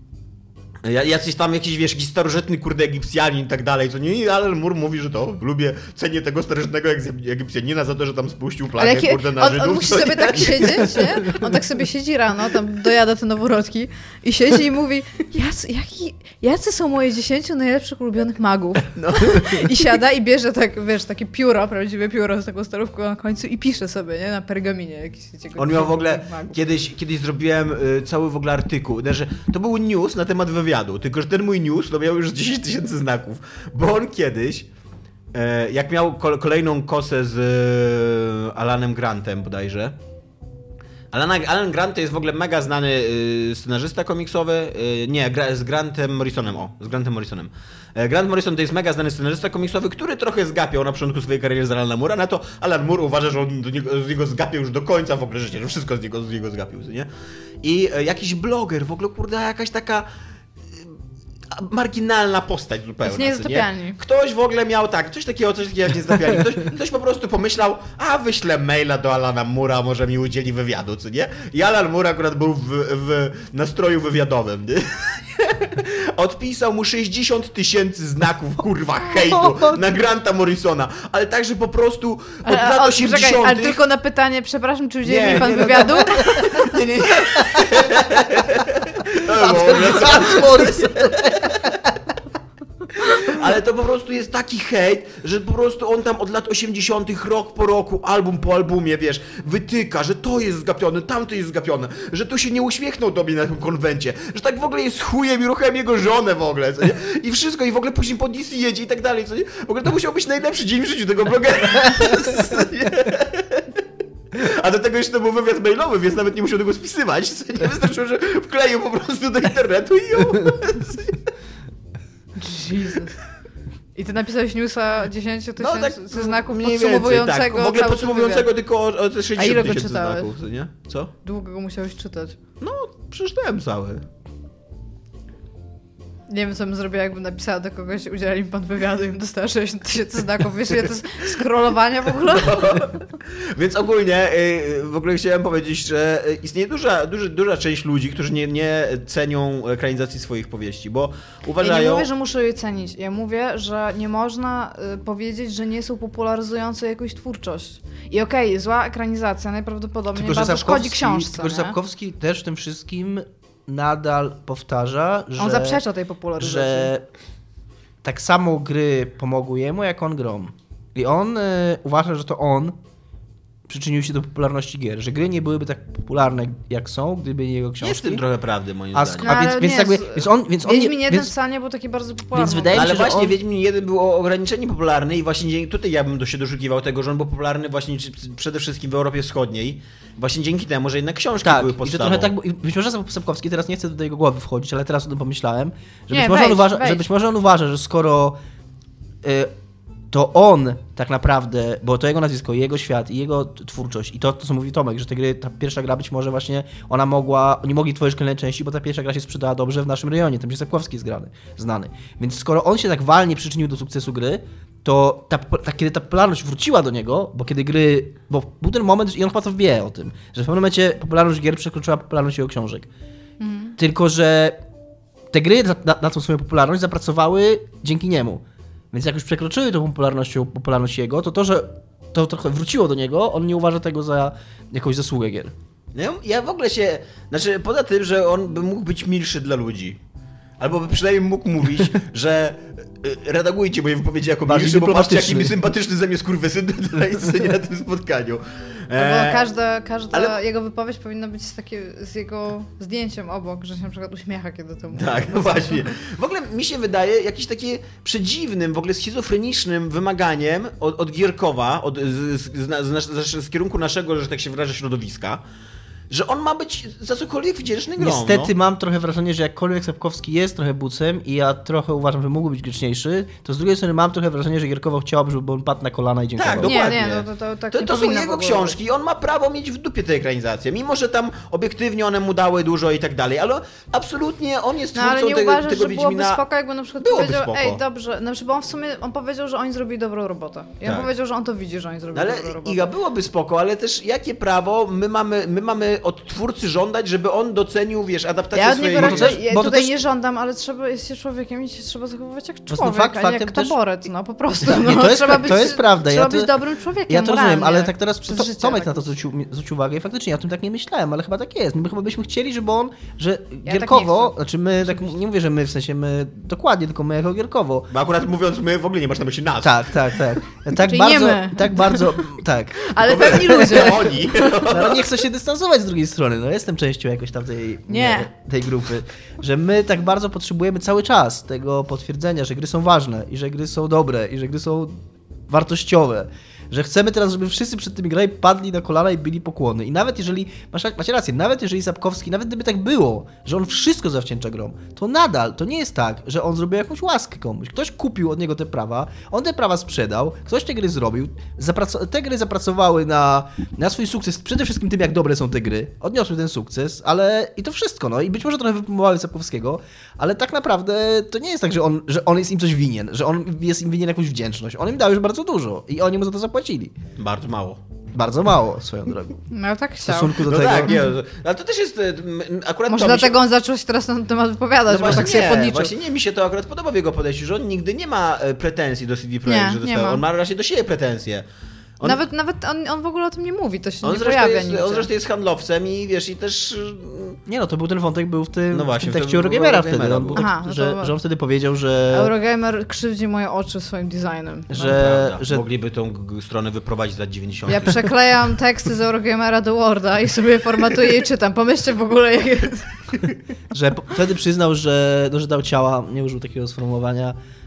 Ja- Jacyś tam jakiś, wiesz, jakiś starożytny, kurde, Egipcjanin i tak dalej, co nie? I Alan Moore mówi, że to lubię, cenię tego starożytnego Egip- Egipcjanina za to, że tam spuścił plagę, Ale jakie, kurde, na on, Żydów. on musi co sobie nie? tak siedzieć, nie? On tak sobie siedzi rano, tam dojada te noworodki i siedzi i mówi, jacy, jaki, jacy są moje dziesięciu najlepszych ulubionych magów? No. I siada i bierze tak, wiesz, takie pióro, prawdziwe pióro z taką starówką na końcu i pisze sobie, nie? Na pergaminie jakiś jego On miał w ogóle, magów. kiedyś, kiedyś zrobiłem y, cały w ogóle artykuł, znaczy, to był news na temat wywiadu, tylko że ten mój news to miał już dziesięć tysięcy znaków, bo on kiedyś, e, jak miał kol- kolejną kosę z e, Alanem Grantem bodajże, Alan, Alan Grant to jest w ogóle mega znany y, scenarzysta komiksowy, y, nie, gra, z Grantem Morrisonem, o, z Grantem Morrisonem. E, Grant Morrison to jest mega znany scenarzysta komiksowy, który trochę zgapiał na początku swojej kariery z Alana Moore'a, na to Alan Moore uważa, że on do niego, z niego zgapiał już do końca w ogóle życia, że wszystko z niego, z niego zgapił, nie? I e, jakiś bloger, w ogóle kurde, jakaś taka marginalna postać zupełnie. Z niezatapialni. Ktoś w ogóle miał tak, coś takiego, coś takiego jak niezatapialni. Ktoś, ktoś po prostu pomyślał, a wyślę maila do Alana Moore'a, może mi udzieli wywiadu, co nie? I Alan Moore akurat był w, w nastroju wywiadowym, nie? Odpisał mu sześćdziesiąt tysięcy znaków, kurwa, hejtu na Granta Morrisona, ale także po prostu od Ale, lat o, czekaj, osiemdziesiątych... ale tylko na pytanie, przepraszam, czy udzieli Nie, mi pan nie, no, wywiadu? Nie, nie, nie. To było Ale to po prostu jest taki hejt, że po prostu on tam od lat osiemdziesiątych rok po roku, album po albumie, wiesz, wytyka, że to jest zgapione, tamto jest zgapione, że tu się nie uśmiechnął do mnie na tym konwencie, że tak w ogóle jest chujem i ruchem jego żonę w ogóle, co nie? I wszystko, i w ogóle później po D C jedzie i tak dalej, co nie? W ogóle to musiał być najlepszy dzień w życiu tego blogera. A do tego jeszcze to był wywiad mailowy, więc nawet nie musiał tego spisywać. Nie wystarczyło, że wkleił po prostu do internetu i ją... Jesus. I ty napisałeś newsa dziesięć tysięcy No tak ze znaków mniej podsumowującego więcej, tak. W ogóle cały podsumowującego wywiad. tylko o, o te A ile sześćdziesiąt go tysięcy czytałeś? znaków, co nie? Co? Długo go musiałeś czytać. No, przeczytałem cały. Nie wiem, co bym zrobiła, jakbym napisała do kogoś, udzielali mi pan wywiadu i bym dostała sześćdziesiąt tysięcy znaków. Wiesz, ile to jest scrollowania w ogóle? No. Więc ogólnie y, w ogóle chciałem powiedzieć, że istnieje duża, duża, duża część ludzi, którzy nie, nie cenią ekranizacji swoich powieści, bo uważają... Ja nie mówię, że muszę je cenić. Ja mówię, że nie można y, powiedzieć, że nie są popularyzujące jakąś twórczość. I okej, okay, zła ekranizacja najprawdopodobniej Tylko, że bardzo szkodzi Sapkowski- książce. Tylko, że nie? Sapkowski też w tym wszystkim nadal powtarza, że... On zaprzecza tej popularyzacji. że tak samo gry pomogły jemu, jak on grom. I on y, uważa, że to on przyczynił się do popularności gier, że gry nie byłyby tak popularne, jak są, gdyby nie jego książki. Jest w tym trochę prawdy, moim A, zdaniem. sk- a No, więc, ale więc, nie, jakby, z- więc on, więc on Wiedźmin nie, jeden więc, wcale był taki bardzo popularny. więc wydaje mi Ale się, że właśnie on... Wiedźmin jeden był ograniczenie popularny i właśnie dzięki, tutaj ja bym do się doszukiwał tego, że on był popularny właśnie przede wszystkim w Europie Wschodniej. Właśnie dzięki temu, że jednak książki Tak, były i że podstawą. trochę tak, i być może Sapkowski, teraz nie chcę do jego głowy wchodzić, ale teraz o tym pomyślałem, że, Nie, być, może wejdź, on uważa, wejdź. że być może on uważa, że skoro y, to on tak naprawdę, bo to jego nazwisko, jego świat i jego t- twórczość i to, to co mówi Tomek, że te gry, ta pierwsza gra być może właśnie, ona mogła, oni mogli tworzyć kolejne części, bo ta pierwsza gra się sprzedała dobrze w naszym rejonie, tam się Sapkowski jest grany, znany. Więc skoro on się tak walnie przyczynił do sukcesu gry, to ta, ta, kiedy ta popularność wróciła do niego, bo kiedy gry, bo był ten moment, i on chyba to wie o tym, że w pewnym momencie popularność gier przekroczyła popularność jego książek. Mhm. Tylko, że te gry na, na, na tą swoją popularność zapracowały dzięki niemu. Więc jak już przekroczyły tą popularnością, popularność jego, to to, że to trochę wróciło do niego, on nie uważa tego za jakąś zasługę gier. No, ja w ogóle się... Znaczy, poza tym, że on by mógł być milszy dla ludzi. Albo by przynajmniej mógł mówić, że y, redagujcie moje wypowiedzi jako Bardziej milszy, bo patrzcie, jaki dyplomatyczny. mi sympatyczny zamiast kurwysyn tutaj scenie na tym spotkaniu. No E, bo każda, każda ale- jego wypowiedź powinna być z, takie, z jego zdjęciem obok, że się na przykład uśmiecha, kiedy to mówi. Tak, no właśnie. W ogóle mi się wydaje jakieś takie przedziwnym, w ogóle schizofrenicznym wymaganiem od, od Gierkowa, od, z, z, z, z, z, z kierunku naszego, że tak się wyrażę, środowiska, że on ma być za cokolwiek wdzięczny grom. Niestety no. mam trochę wrażenie, że jakkolwiek Sapkowski jest trochę bucem i ja trochę uważam, że mógł być grzeczniejszy, to z drugiej strony mam trochę wrażenie, że Gierkowo chciałby, żeby on padł na kolana i dziękował. Tak, Nie, dokładnie. nie, no to, to, tak To, nie to są powinno w jego ogóle książki i on ma prawo mieć w dupie tę ekranizację, mimo że tam obiektywnie one mu dały dużo i tak dalej, ale absolutnie on jest No twórcą ale nie tego, uważasz, tego że byłoby Wiedźmina. spoko, jakby na przykład Byłoby powiedział, spoko. ej, dobrze, znaczy, bo on w sumie, on powiedział, że oni zrobili dobrą robotę. I on Tak. powiedział, że on to widzi, że oni zrobili No ale dobrą robotę. Iga, byłoby spoko, ale też jakie prawo my mamy, my mamy od twórcy żądać, żeby on docenił, wiesz, adaptację Ja od swojej... niego Bo to raczej, też- ja bo to tutaj też- nie żądam, ale trzeba, jest się człowiekiem i się trzeba zachowywać jak Właśnie człowiek, fakt a nie faktem jak też- taboret, no po prostu. Nie, No, to jest, trzeba pra- to jest prawda. Trzeba Ja to, być dobrym człowiekiem, Ja to rozumiem, moralnie, ale tak teraz przez to, życie Tomek na jakoś. to zwrócił, zwrócił uwagę i faktycznie ja o tym tak nie myślałem, ale chyba tak jest. My chyba byśmy chcieli, żeby on, że tak Gierkowo, nie chcę. znaczy my, tak nie mówię, że my, w sensie my, dokładnie, tylko my jako Gierkowo. Bo akurat mówiąc my, w ogóle nie masz na myśli nas. Tak, tak, tak. Tak Czyli nie bardzo, my. tak bardzo, tak. Ale pewni ludzie. To oni. No, ale nie chcę się dystansować z drugiej strony, no jestem częścią jakoś tam tej, Nie. tej grupy, że my tak bardzo potrzebujemy cały czas tego potwierdzenia, że gry są ważne i że gry są dobre i że gry są wartościowe. Że chcemy teraz, żeby wszyscy przed tymi grami padli na kolana i bili pokłony. I nawet jeżeli, masz, macie rację, nawet jeżeli Sapkowski, nawet gdyby tak było, że on wszystko zawdzięcza grom, to nadal to nie jest tak, że on zrobił jakąś łaskę komuś. Ktoś kupił od niego te prawa, on te prawa sprzedał, ktoś te gry zrobił, zapraco- te gry zapracowały na, na swój sukces, przede wszystkim tym, jak dobre są te gry, odniosły ten sukces, ale i to wszystko, no i być może trochę wypompowały Sapkowskiego, ale tak naprawdę to nie jest tak, że on, że on jest im coś winien, że on jest im winien jakąś wdzięczność. On im dał już bardzo dużo i oni mu za to zapłacili. Bardzo mało. Bardzo mało, swoją drogą. No tak W chciał. stosunku do No tego... tak, nie, ale to też jest, e, m, akurat Może to mi się... dlatego on zaczął się teraz na ten temat wypowiadać, No bo właśnie tak sobie nie, podliczył. właśnie nie, mi się to akurat podoba w jego podejściu, że on nigdy nie ma e, pretensji do C D Projekt, Nie, że nie dostał. ma. On ma raczej do siebie pretensje. On, Nawet, nawet on, on w ogóle o tym nie mówi, to się on, nie zresztą pojawia jest, nigdzie. on zresztą jest handlowcem i wiesz, i też... mm, Nie no, to był ten wątek, był w tym, No właśnie, w tym w tekście tym Eurogamera Eurogamera wtedy. On był. był Aha, tak, no że, to- że on wtedy powiedział, że... Eurogamer krzywdzi moje oczy swoim designem. że, prawda, że mogliby tą g- g- stronę wyprowadzić z lat dziewięćdziesiątych. Ja przeklejam teksty z Eurogamera do Worda i sobie formatuję i czytam. Pomyślcie w ogóle, jak jest. że po- wtedy przyznał, że, no, że dał ciała, nie użył takiego sformułowania,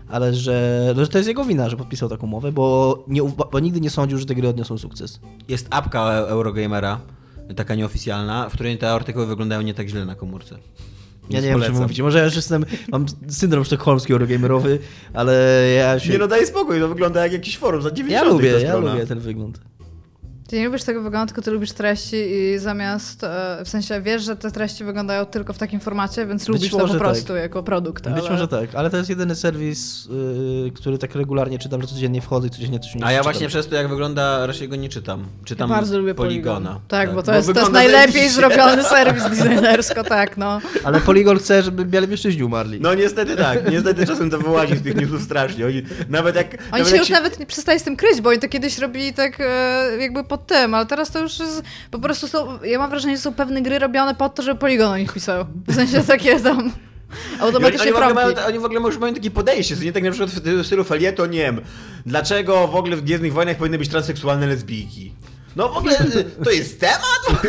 ale że, że to jest jego wina, że podpisał taką umowę, bo, nie, bo nigdy nie sądził, że te gry odniosą sukces. Jest apka Eurogamera, taka nieoficjalna, w której te artykuły wyglądają nie tak źle na komórce. Ja nie wiem, czym mówicie. Może ja już jestem, mam syndrom sztokholmski eurogamerowy, ale ja się... Nie no, daj spokój, to wygląda jak jakiś forum za dziewięćdziesiąt. Ja lubię, ja lubię ten wygląd. Ty nie lubisz tego wyglądu, tylko ty lubisz treści i zamiast, w sensie wiesz, że te treści wyglądają tylko w takim formacie, więc Być lubisz to po prostu tak. jako produkt. Być ale... może tak, ale to jest jedyny serwis, yy, który tak regularnie czytam, że codziennie wchodzę i codziennie coś nie A ja czytam. właśnie przez to, jak wygląda, raczej go nie czytam. Czytam ja bardzo lubię Poligona. Polygon. Tak, tak, bo to bo jest, to jest najlepiej zrobiony serwis designersko, tak, no. Ale Polygon chce, żeby biali mężczyźni umarli. No niestety tak, niestety czasem to wyłazi z tych newsów strasznie. Oni nawet jak... Oni nawet się jak już się... nawet nie przestaje z tym kryć, bo oni to kiedyś robili tak e, jakby pod tym, ale teraz to już jest, po prostu są, ja mam wrażenie, że są pewne gry robione pod to, żeby Polygon o nich pisał. W sensie takie tam automatycznie oni, oni, w ogóle promki. mają, oni w ogóle już mają takie podejście, to nie tak na przykład w stylu felieton, nie wiem, dlaczego w ogóle w Gwiezdnych Wojnach powinny być transseksualne lesbijki? No w ogóle to jest temat?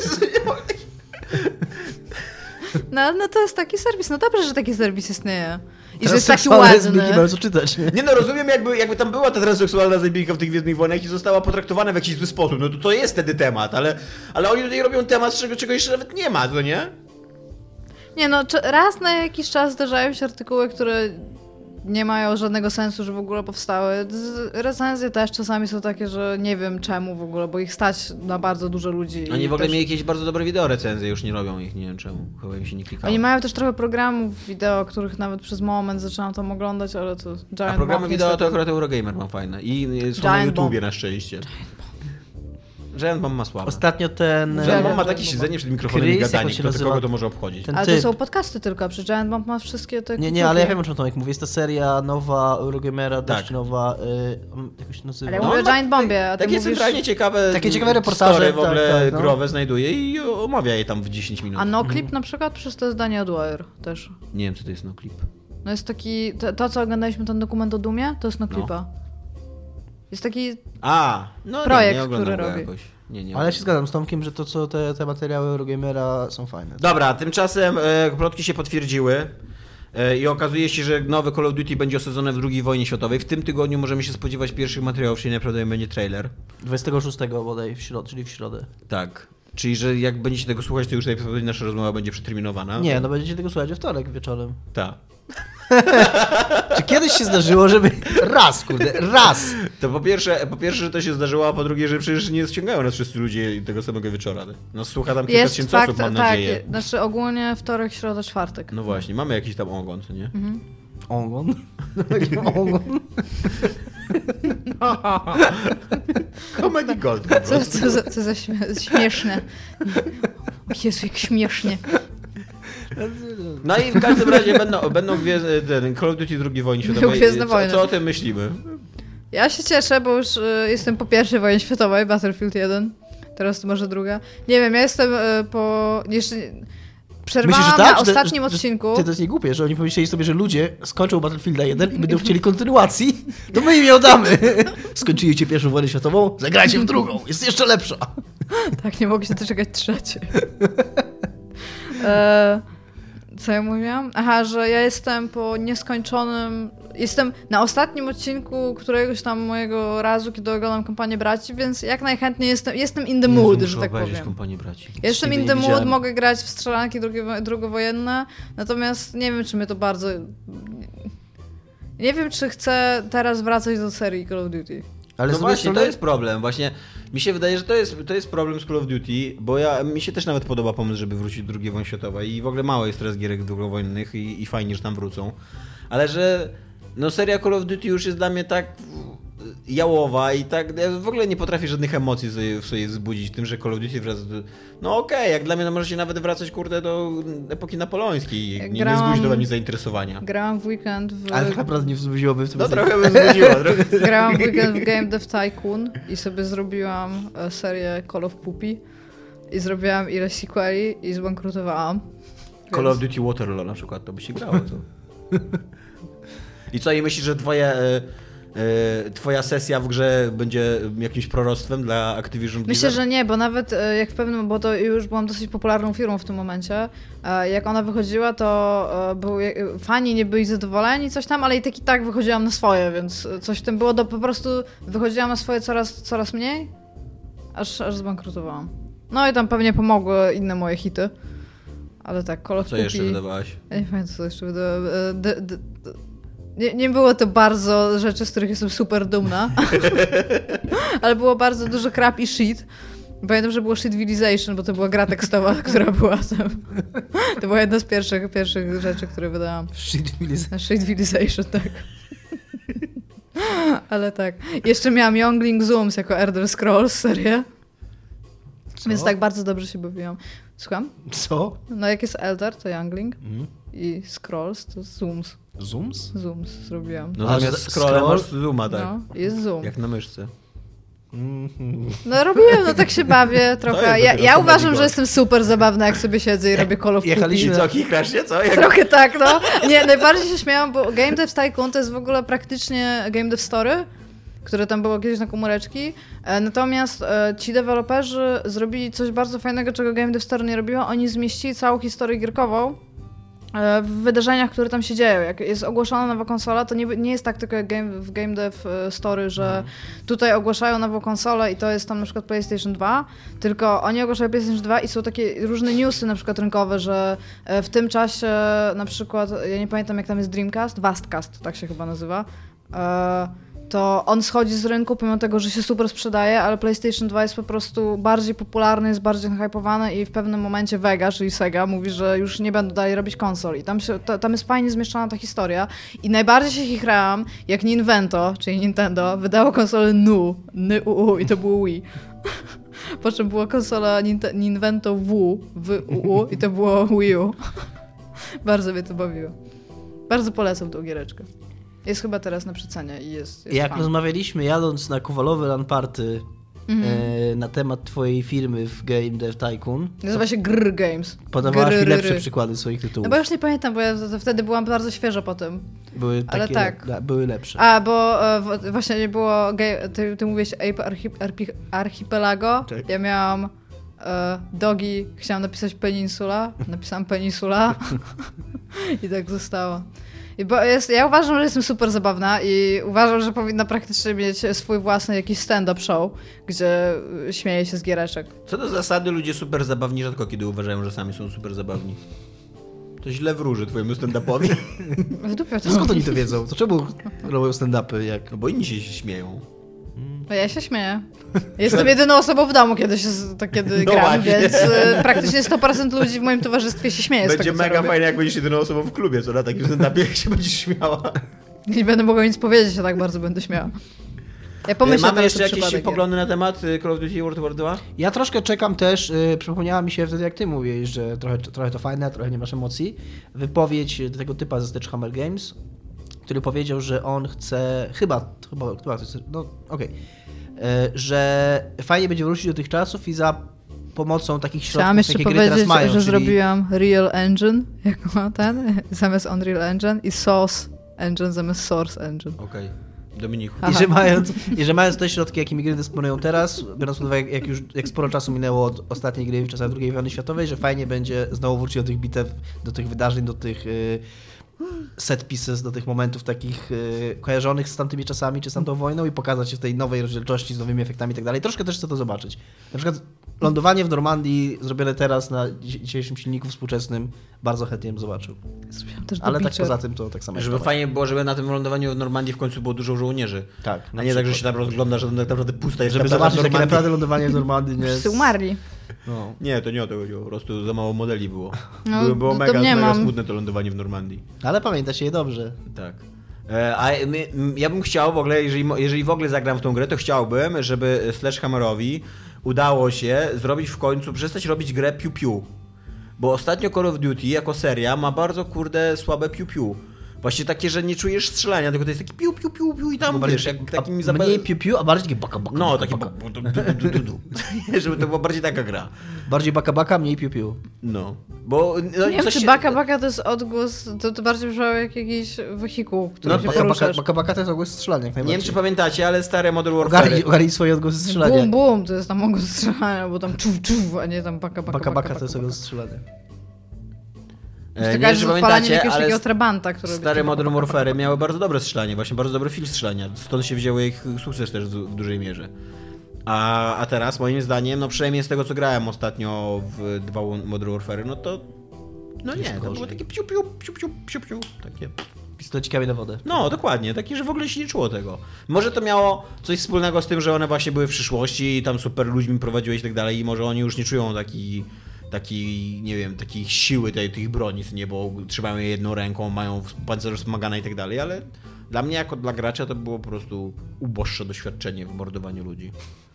No, no to jest taki serwis, no dobrze, że taki serwis istnieje. I że jest taki seksualne ładny. lesbijki mają co czytać, nie? Nie no, rozumiem, jakby, jakby tam była ta transseksualna lesbijka w tych Gwiezdnych Wojnach i została potraktowana w jakiś zły sposób, no to to jest wtedy temat, ale, ale oni tutaj robią temat, czego, czego jeszcze nawet nie ma, to nie? Nie no, czy- raz na jakiś czas zdarzają się artykuły, które nie mają żadnego sensu, że w ogóle powstały. Z- Recenzje też czasami są takie, że nie wiem czemu w ogóle, bo ich stać na bardzo dużo ludzi. Oni i w ogóle też... mieli jakieś bardzo dobre wideo recenzje, już nie robią ich, nie wiem czemu, chyba im się nie klikało. Oni mają też trochę programów wideo, których nawet przez moment zaczynam tam oglądać, ale to Giant A programy Bomb wideo to niestety. akurat Eurogamer ma fajne i y, są na Giant YouTubie Bomb. na szczęście. Giant Bomb ma słabe. Ostatnio ten... Giant Bomb ma Giant takie Bomb. siedzenie przed mikrofonem Chris, i jak gadanie, on się kto to nazywa? kogo to może obchodzić. Ten Ale typ. to są podcasty tylko, przy Giant Bomb ma wszystkie te... Nie, nie, ale ja wiem, o czym Tomek mówi. Jest ta seria nowa Eurogamera, Tak. dość nowa, y, jak to się nazywa? Ale ja No, mówię on o ma Giant Bombie, a ty Takie mówisz... centralnie ciekawe, Takie ciekawe reportaże, story w ogóle tak, tak, no. growe znajduje i omawia je tam w dziesięć minut. A NoClip na przykład, przez to jest Daniel Dwyer też. Nie wiem, co to jest no klip. No jest taki, to, to co oglądaliśmy ten dokument o Dumie, to jest NoClipa. Jest taki, A, no Projekt, nie, nie oglądam który go robi. jakoś. Nie, nie Ale ja się zgadzam z Tomkiem, że to co te, te materiały Eurogamera są fajne. Dobra, tymczasem e, plotki się potwierdziły e, i okazuje się, że nowy Call of Duty będzie osadzone w drugiej wojnie światowej. W tym tygodniu możemy się spodziewać pierwszych materiałów, czyli naprawdę będzie trailer. dwudziestego szóstego bodaj, w środę, czyli w środę. Tak. Czyli, że jak będziecie tego słuchać, to już najprawdopodobniej nasza rozmowa będzie przeterminowana. Nie, no będziecie tego słuchać we wtorek wieczorem. Tak. Czy kiedyś się zdarzyło, żeby... Raz, kurde, raz! To po pierwsze, po pierwsze, że to się zdarzyło, a po drugie, że przecież nie ściągają nas wszyscy ludzie tego samego wieczora. No słucha tam kilka jest tysięcy fakt, osób, mam tak, nadzieję. znaczy ogólnie wtorek, środa, czwartek. No właśnie, mamy jakiś tam ogon, co nie? Mhm. Ogon? Ogon? Comedy Gold po Co, prostu. co, za, co za śmie śmieszne. O Jezu, jak śmiesznie. No i w każdym razie będą, będą gwiezdy, ten Call of Duty drugiej wojny światowej. Gwiezdne Co, wojny. co o tym myślimy? Ja się cieszę, bo już y, jestem po pierwszej wojnie światowej, Battlefield jeden. Teraz to może druga. Nie wiem, ja jestem y, po... Jeszcze... Przerwałam Myślisz, że na tak? Że- ostatnim że- odcinku. Ty, to jest niegłupie, że oni pomyśleli sobie, że ludzie skończą Battlefielda jeden i będą chcieli kontynuacji, to my im ją damy. Skończyliście pierwszą wojnę światową, zagrajcie w drugą, jest jeszcze lepsza. Tak, nie mogę się doczekać trzeciej. e, co ja mówiłam? Aha, że ja jestem po nieskończonym... Jestem na ostatnim odcinku któregoś tam mojego razu, kiedy oglądam Kompanię Braci, więc jak najchętniej jestem, jestem in the mood, że tak powiem. Kompanię braci. Ja jestem Ciebie in nie the mood, widziałem. mogę grać w strzelanki drugie- drugowojenne, natomiast nie wiem, czy mnie to bardzo... Nie wiem, czy chcę teraz wracać do serii Call of Duty. Ale No z drugiej właśnie, strony... to jest problem. Właśnie mi się wydaje, że to jest, to jest problem z Call of Duty, bo ja, mi się też nawet podoba pomysł, żeby wrócić do drugiej wojny światowej i w ogóle mało jest teraz gierek drugowojennych i, i fajnie, że tam wrócą. Ale że no seria Call of Duty już jest dla mnie tak jałowa i tak, ja w ogóle nie potrafię żadnych emocji sobie, w sobie wzbudzić tym, że Call of Duty wraca do... No okej, okay, jak dla mnie no możecie nawet wracać, kurde, do epoki napoleońskiej. Nie, nie Grałam- wzbudzi to we mnie zainteresowania. Grałam w weekend w... Ale tak naprawdę nie wzbudziłoby w tym No trochę by wzbudziło. Trochę... Grałam w weekend w Game Dev Tycoon i sobie zrobiłam e, serię Call of Puppy i zrobiłam ileś sequeli i zbankrutowałam. Call of Duty Waterloo na przykład, to by się grało. To. I co, i myślisz, że twoje, e, e, twoja sesja w grze będzie jakimś proroctwem dla Activision Blizzard? Myślę, że nie, bo nawet e, jak w pewnym, bo to już byłam dosyć popularną firmą w tym momencie, e, jak ona wychodziła, to e, był, e, fani nie byli zadowoleni, coś tam, ale i tak i tak wychodziłam na swoje, więc coś w tym było, do, po prostu wychodziłam na swoje coraz, coraz mniej, aż, aż zbankrutowałam. No i tam pewnie pomogły inne moje hity. Ale tak, Call of Co Duty... jeszcze wydawałaś? Ja nie pamiętam, co jeszcze wydawałam. E, d- d- d- Nie, nie było to bardzo rzeczy, z których jestem super dumna, ale było bardzo dużo crap i shit. Pamiętam, że było Shitvilization, bo to była gra tekstowa, która była tam. To była jedna z pierwszych, pierwszych rzeczy, które wydałam. Shitvilization. Shitvilization, tak. Ale tak. Jeszcze miałam Youngling Zooms jako Elder Scrolls serię. Co? Więc tak bardzo dobrze się bawiłam. Słucham? Co? No jak jest Elder, to Youngling Mm. i Scrolls to Zooms. Zooms? Zooms zrobiłam. No A, zamiast że scrolla scroll? masz zooma, tak. No, jest Zoom. Jak na myszce. Mhm. No robiłem, no tak się bawię trochę. jest Ja, dopiero ja comedy uważam, gold. że jestem super zabawna, jak sobie siedzę i robię Call of Duty. Jechaliśmy- I co, kichasz się, co? Jak... Trochę tak, no. Nie, najbardziej się śmiałam, bo Game Dev Tycoon to jest w ogóle praktycznie Game Dev Story, które tam było kiedyś na komóreczki. E, Natomiast e, ci deweloperzy zrobili coś bardzo fajnego, czego Game Dev Story nie robiło. Oni zmieścili całą historię gierkową e, w wydarzeniach, które tam się dzieją. Jak jest ogłoszona nowa konsola, to nie, nie jest tak tylko jak game, w Game Dev e, Story, że tutaj ogłaszają nową konsolę i to jest tam na przykład PlayStation dwa, tylko oni ogłaszają PlayStation dwa i są takie różne newsy na przykład rynkowe, że e, w tym czasie na przykład, ja nie pamiętam jak tam jest Dreamcast, Vastcast, tak się chyba nazywa, e, to on schodzi z rynku, pomimo tego, że się super sprzedaje, ale PlayStation dwa jest po prostu bardziej popularny, jest bardziej nahypowany i w pewnym momencie Vega, czyli Sega, mówi, że już nie będą dalej robić konsol. I tam, się, to, tam jest fajnie zmieszczona ta historia. I najbardziej się chichrałam, jak Ninvento, czyli Nintendo, wydało konsolę N U, N U U i to było Wii. Po czym była konsola Ninte- Ninvento W, W U U i to było Wii U. Bardzo mnie to bawiło. Bardzo polecam tą giereczkę. Jest chyba teraz na przecenie i jest, jest Jak fan. rozmawialiśmy jadąc na Kowalowy LAN Party Mhm. e, na temat twojej firmy w Game Dev Tycoon, Nazywa się Grr Games. podawałaś mi Grr, lepsze ry. przykłady swoich tytułów. No bo już nie pamiętam, bo ja to, to wtedy byłam bardzo świeża po tym. Były ale takie, tak. le- były lepsze. A, bo e, w- właśnie nie było, ge- ty, ty mówiłeś Ape Archip- Arpi- Archipelago, Tak. ja miałam e, Dogi, chciałam napisać Peninsula, napisałam Peninsula i tak zostało. I bo jest, ja uważam, że jestem super zabawna i uważam, że powinna praktycznie mieć swój własny jakiś stand-up show, gdzie y, śmieje się z giereczek. Co do zasady, ludzie super zabawni rzadko kiedy uważają, że sami są super zabawni. To źle wróży twojemu stand-upowi. W dupie to. To skąd oni to wiedzą? To czemu robią stand-upy jak... No bo inni się śmieją. No ja się śmieję. Jestem jedyną osobą w domu, kiedy, się, to, kiedy No gram, właśnie. więc y, praktycznie sto procent ludzi w moim towarzystwie się śmieje z Będzie tego, co mega robię. fajnie, jak będziesz jedyną osobą w klubie, co na takim stand-upie się będziesz śmiała. Nie będę mogła nic powiedzieć, a tak bardzo będę śmiała. Ja pomyślę Mamy teraz, jeszcze to jakieś przypadek poglądy na temat y, Call of Duty World War dwa? Ja troszkę czekam też, y, przypomniała mi się wtedy jak ty mówiłeś, że trochę, trochę to fajne, a trochę nie masz emocji, wypowiedź tego typa ze Sledgehammer Games, który powiedział, że on chce, chyba, chyba, chyba to jest, no okej, y, że fajnie będzie wrócić do tych czasów i za pomocą takich środków, Chciałam jeszcze jakie gry teraz powiedzieć, mają, że czyli... zrobiłam Real Engine, jak ma ten, zamiast Unreal Engine i Source Engine zamiast Source Engine. Okej. Dominiku. Aha. I że, mając, I że mając te środki, jakimi gry dysponują teraz, biorąc pod uwagę, jak już jak sporo czasu minęło od ostatniej gry w czasach drugiej wojny światowej, że fajnie będzie znowu wrócić do tych bitew, do tych wydarzeń, do tych y, set pieces, do tych momentów takich y, kojarzonych z tamtymi czasami, czy z tamtą wojną i pokazać się w tej nowej rozdzielczości, z nowymi efektami i tak dalej. Troszkę też chcę to zobaczyć. Na przykład lądowanie w Normandii zrobione teraz na dzi- dzisiejszym silniku współczesnym bardzo chętnie bym zobaczył. Zrobiłam też Ale do tak Beacher. poza tym to tak samo. Żeby jest. fajnie było, żeby na tym lądowaniu w Normandii w końcu było dużo żołnierzy. Tak. A nie tak, że się tam rozgląda, że to tak naprawdę pusta jest Żeby kapitana zobaczyć takie Normandii. naprawdę lądowanie w Normandii. Nie Wszyscy jest... umarli. No. Nie, to nie o to chodziło, po prostu za mało modeli było. No, było było to mega, nie mega mam. smutne to lądowanie w Normandii. Ale pamięta się je dobrze. Tak. E, A my, m, ja bym chciał w ogóle, jeżeli, mo- jeżeli w ogóle zagram w tą grę, to chciałbym, żeby Sledgehammerowi udało się zrobić w końcu, przestać robić grę piu-piu. Bo ostatnio Call of Duty jako seria ma bardzo kurde słabe piu-piu. Właśnie takie, że nie czujesz strzelania, tylko to jest taki piu, piu, piu, piu i tam, Bardziej wiesz, jak takim a mniej piu-piu, a bardziej takie baka-baka. No, takie baka. bu- bu- du- du- du- du- du. Żeby to była bardziej taka gra. Bardziej baka-baka, mniej piu-piu. No, bo... No, Nie wiem, coś czy się- Baka Baka to jest odgłos, to, to bardziej brzmiało jak jakiś wehikuł, który No, się Baka- poruszasz. Baka-baka to jest ogólnie strzelanie, jak Nie najbardziej. wiem, czy pamiętacie, ale stare Modern Ogarnij, Warfare... ogarnij swoje odgłosy strzelania. Bum, bum, to jest tam odgłos strzelania, bo tam czuf, czuf, a nie tam Baka Baka. Baka-baka to jest odgłos strzelania. E, To nie taka wiem, jest czy odpalanie pamiętacie, jakiegoś ale takiego trabanta, który... stare Modern Warfare miały bardzo dobre strzelanie, właśnie bardzo dobry film strzelania. Stąd się wzięły ich sukces też w, w dużej mierze. A, a teraz, moim zdaniem, no przynajmniej z tego, co grałem ostatnio w dwa Modern Warfare, no to... No nie, to było takie piu, piu, piu, piu, piu, piu, takie... Pistolcikami na wodę. No, dokładnie, takie, że w ogóle się nie czuło tego. Może to miało coś wspólnego z tym, że one właśnie były w przyszłości i tam super ludźmi prowadziłeś i tak dalej i może oni już nie czują taki, taki nie wiem, takiej siły tej, tych broni, nie, bo trzymają je jedną ręką, mają pancerze wspomagane i tak dalej, ale dla mnie jako dla gracza to było po prostu uboższe doświadczenie w mordowaniu ludzi.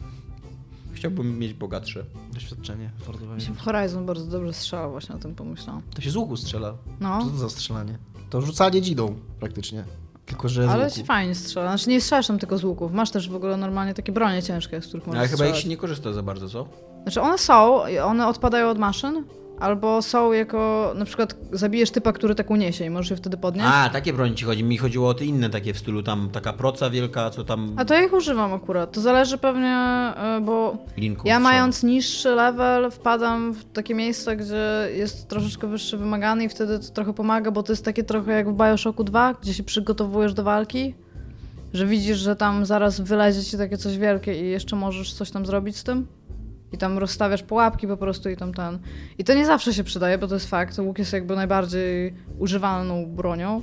Chciałbym mieć bogatsze. Doświadczenie w mordowaniu. W Horizon bardzo dobrze strzela, właśnie o tym pomyślałam. To się z łuku strzela. No. Co to za strzelanie? To rzucanie dzidą praktycznie. Tylko, że z Ale łuku. się fajnie strzela. Znaczy nie strzelasz tam tylko z łuków. Masz też w ogóle normalnie takie bronie ciężkie, z których możesz Ale chyba ich strzelać. się nie korzysta za bardzo, co? Znaczy one są, one odpadają od maszyn, albo są jako, na przykład zabijesz typa, który tak uniesie i możesz je wtedy podnieść. A, takie broni ci chodzi. Mi chodziło o te inne takie w stylu tam, taka proca wielka, co tam... A to ja ich używam akurat. To zależy pewnie, e, bo Linku ja strzał. mając niższy level wpadam w takie miejsca, gdzie jest troszeczkę wyższy wymagany i wtedy to trochę pomaga, bo to jest takie trochę jak w Bioshocku dwa, gdzie się przygotowujesz do walki, że widzisz, że tam zaraz wylezie ci takie coś wielkie i jeszcze możesz coś tam zrobić z tym. I tam rozstawiasz pułapki po prostu i tam ten. I to nie zawsze się przydaje, bo to jest fakt. Łuk jest jakby najbardziej używaną bronią.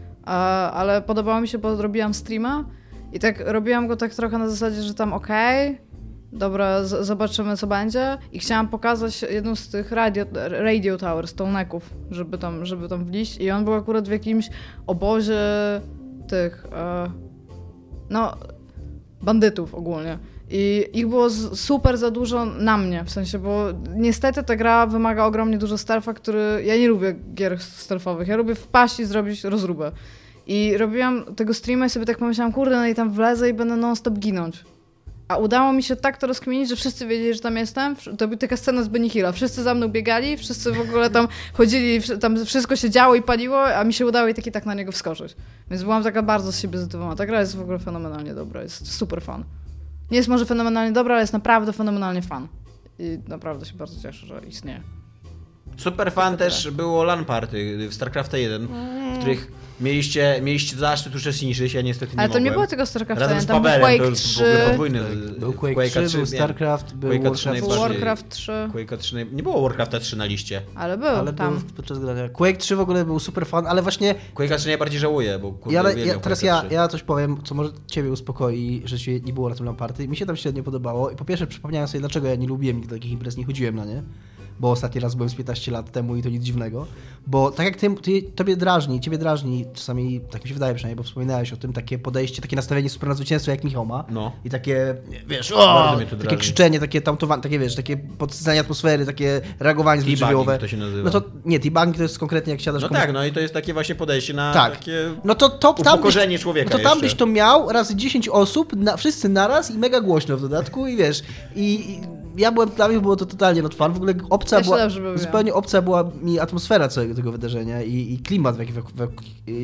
A, ale podobało mi się, bo robiłam streama i tak robiłam go tak trochę na zasadzie, że tam okej, okay, dobra, z- zobaczymy co będzie. I chciałam pokazać jedną z tych radio, radio towers, tołneków, żeby tam, żeby tam wliść. I on był akurat w jakimś obozie tych, e, no, bandytów ogólnie. I ich było z, super za dużo na mnie, w sensie, bo niestety ta gra wymaga ogromnie dużo stealtha, który... Ja nie lubię gier stealthowych, ja lubię wpaść i zrobić rozróbę. I robiłam tego streama i sobie tak pomyślałam, kurde, no i tam wlezę i będę non-stop ginąć. A udało mi się tak to rozkminić, że wszyscy wiedzieli, że tam jestem. To była taka scena z Benny Hilla. Wszyscy za mną biegali, wszyscy w ogóle tam chodzili, tam wszystko się działo i paliło, a mi się udało i taki tak na niego wskoczyć. Więc byłam taka bardzo z siebie zadowolona. Ta gra jest w ogóle fenomenalnie dobra, jest super fan. Nie jest może fenomenalnie dobra, ale jest naprawdę fenomenalnie fan. I naprawdę się bardzo cieszę, że istnieje. Super fan też było LAN party w StarCrafta jeden, w których mieliście, mieliście zaszczyt uczestniczyć, ja niestety nie Ale to mogłem. nie było tego StarCrafta Razem jeden, z tam był Pawełem, to Quake już w trzy, ogóle podwójny. Był Quake Quake'a trzy, był nie. StarCraft, był Quake'a trzy Warcraft był najbardziej- Warcraft trzy, Quake'a trzy, naj- nie było Warcrafta trzy na liście. ale był ale tam. był podczas grania. Quake trzy w ogóle był super fan, ale właśnie Quake'a trzy najbardziej żałuję, bo kurde, ja, ja, uwielbiam teraz Quake'a ja, trzy. ja coś powiem, co może ciebie uspokoi, że cię nie było na tym lamparty. Mi się tam średnio podobało i po pierwsze przypomniałem sobie, dlaczego ja nie lubiłem nigdy takich imprez, nie chodziłem na nie. Bo ostatni raz byłem z piętnaście lat temu i to nic dziwnego. Bo tak jak ty, ty, tobie drażni, ciebie drażni, czasami, tak mi się wydaje przynajmniej, bo wspominałeś o tym, takie podejście, takie nastawienie super na zwycięstwo jak Michał ma. No. I takie, wiesz, Bardzo o, mnie to takie drażni. krzyczenie, takie tamtowanie, takie wiesz, takie podsycanie atmosfery, takie reagowanie zbyt Teabagging żywiołowe. to się nazywa. No to nie, teabagging to jest konkretnie jak siadasz No komuś- tak, no i to jest takie właśnie podejście na Tak. takie No to, to tam upokorzenie byś, człowieka no to tam jeszcze. byś to miał razy dziesięć osób, na, wszyscy naraz i mega głośno w dodatku i wiesz, i, i ja byłem, dla mnie było to totalnie not fun, w ogóle obca Ja się była, dobrze bawiłam. zupełnie obca była mi atmosfera całego tego wydarzenia i, i klimat, w jaki wokół, wokół,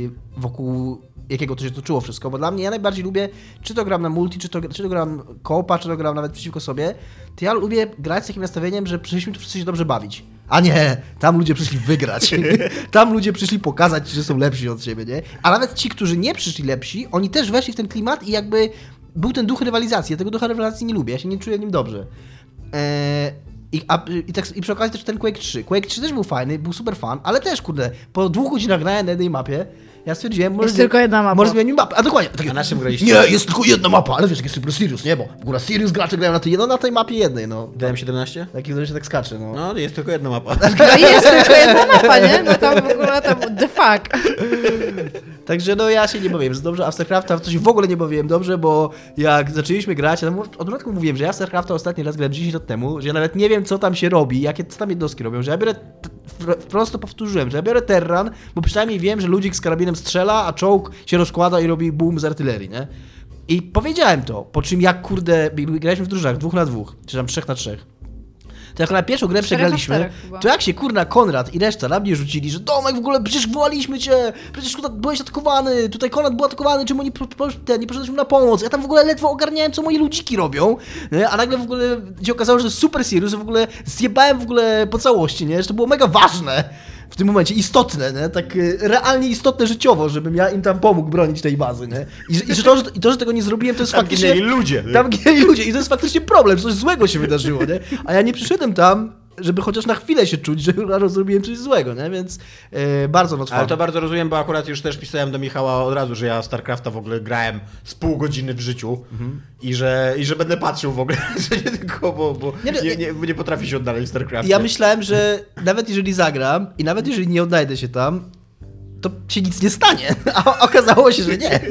wokół jakiego to się toczyło wszystko, bo dla mnie ja najbardziej lubię, czy to gram na multi, czy to, czy to gram koopa, czy to gram nawet przeciwko sobie, to ja lubię grać z takim nastawieniem, że przyszliśmy tu wszyscy się dobrze bawić. A nie, tam ludzie przyszli wygrać. Tam ludzie przyszli pokazać, że są lepsi od siebie, nie? A nawet ci, którzy nie przyszli lepsi, oni też weszli w ten klimat i jakby był ten duch rywalizacji. Ja tego ducha rywalizacji nie lubię, ja się nie czuję nim dobrze. Eee, i, a, i, tak, I przy okazji też ten Quake trzy. Quake trzy też był fajny, był super fan, ale też, kurde, po dwóch godzinach grania na jednej mapie, ja stwierdziłem, może... Jest tylko jedna mapa. Może zmienić mapę. A dokładnie. Tak, A na czym graliście? Nie, jest tylko jedna mapa, ale wiesz, jak jest super serious, nie? Bo w ogóle serious gracze grają na tej, no, na tej mapie jednej, no. D M siedemnaście? Taki, który się tak skacze, no. No, jest tylko jedna mapa. No i jest tylko jedna mapa, nie? No tam w ogóle tam the fuck. Także no ja się nie bawiłem za dobrze, a w StarCrafta to się w ogóle nie bawiłem dobrze, bo jak zaczęliśmy grać, ja tam od początku mówiłem, że ja w StarCrafta ostatni raz grałem dziesięć lat temu, że ja nawet nie wiem, co tam się robi, jakie co tam jednostki robią, że ja biorę t- wprost to powtórzyłem, że ja biorę Terran, bo przynajmniej wiem, że ludzik z karabinem strzela, a czołg się rozkłada i robi boom z artylerii, nie? I powiedziałem to, po czym jak kurde, graliśmy w drużynach, dwóch na dwóch, czy tam trzech na trzech. To jak na pierwszą grę przegraliśmy, to jak się kurna Konrad i reszta na mnie rzucili, że Domek w ogóle, przecież wołaliśmy cię, przecież tutaj byłeś atakowany, tutaj Konrad był atakowany, czemu nie, nie poszedłeś na pomoc, ja tam w ogóle ledwo ogarniałem, co moi ludziki robią, nie? A nagle w ogóle się okazało, że to jest super serious, że w ogóle zjebałem w ogóle po całości, nie? Że to było mega ważne w tym momencie, istotne, nie? Tak realnie istotne życiowo, żebym ja im tam pomógł bronić tej bazy, nie? I, że, i, że, to, że, i to, że tego nie zrobiłem, to jest Tam faktycznie... ginęli ludzie. Nie? Tam ginęli ludzie i to jest faktycznie problem, coś złego się wydarzyło, nie? A ja nie przyszedłem tam, żeby chociaż na chwilę się czuć, że zrobiłem coś złego, nie? Więc yy, bardzo mocno. Ale to bardzo rozumiem, bo akurat już też pisałem do Michała od razu, że ja StarCrafta w ogóle grałem z pół godziny w życiu mhm. i, że, i że będę patrzył w ogóle, że nie tylko, bo, bo nie, nie, nie, nie potrafię się odnaleźć w StarCraftie. Ja myślałem, że nawet jeżeli zagram i nawet jeżeli nie odnajdę się tam, to się nic nie stanie, a okazało się, że nie.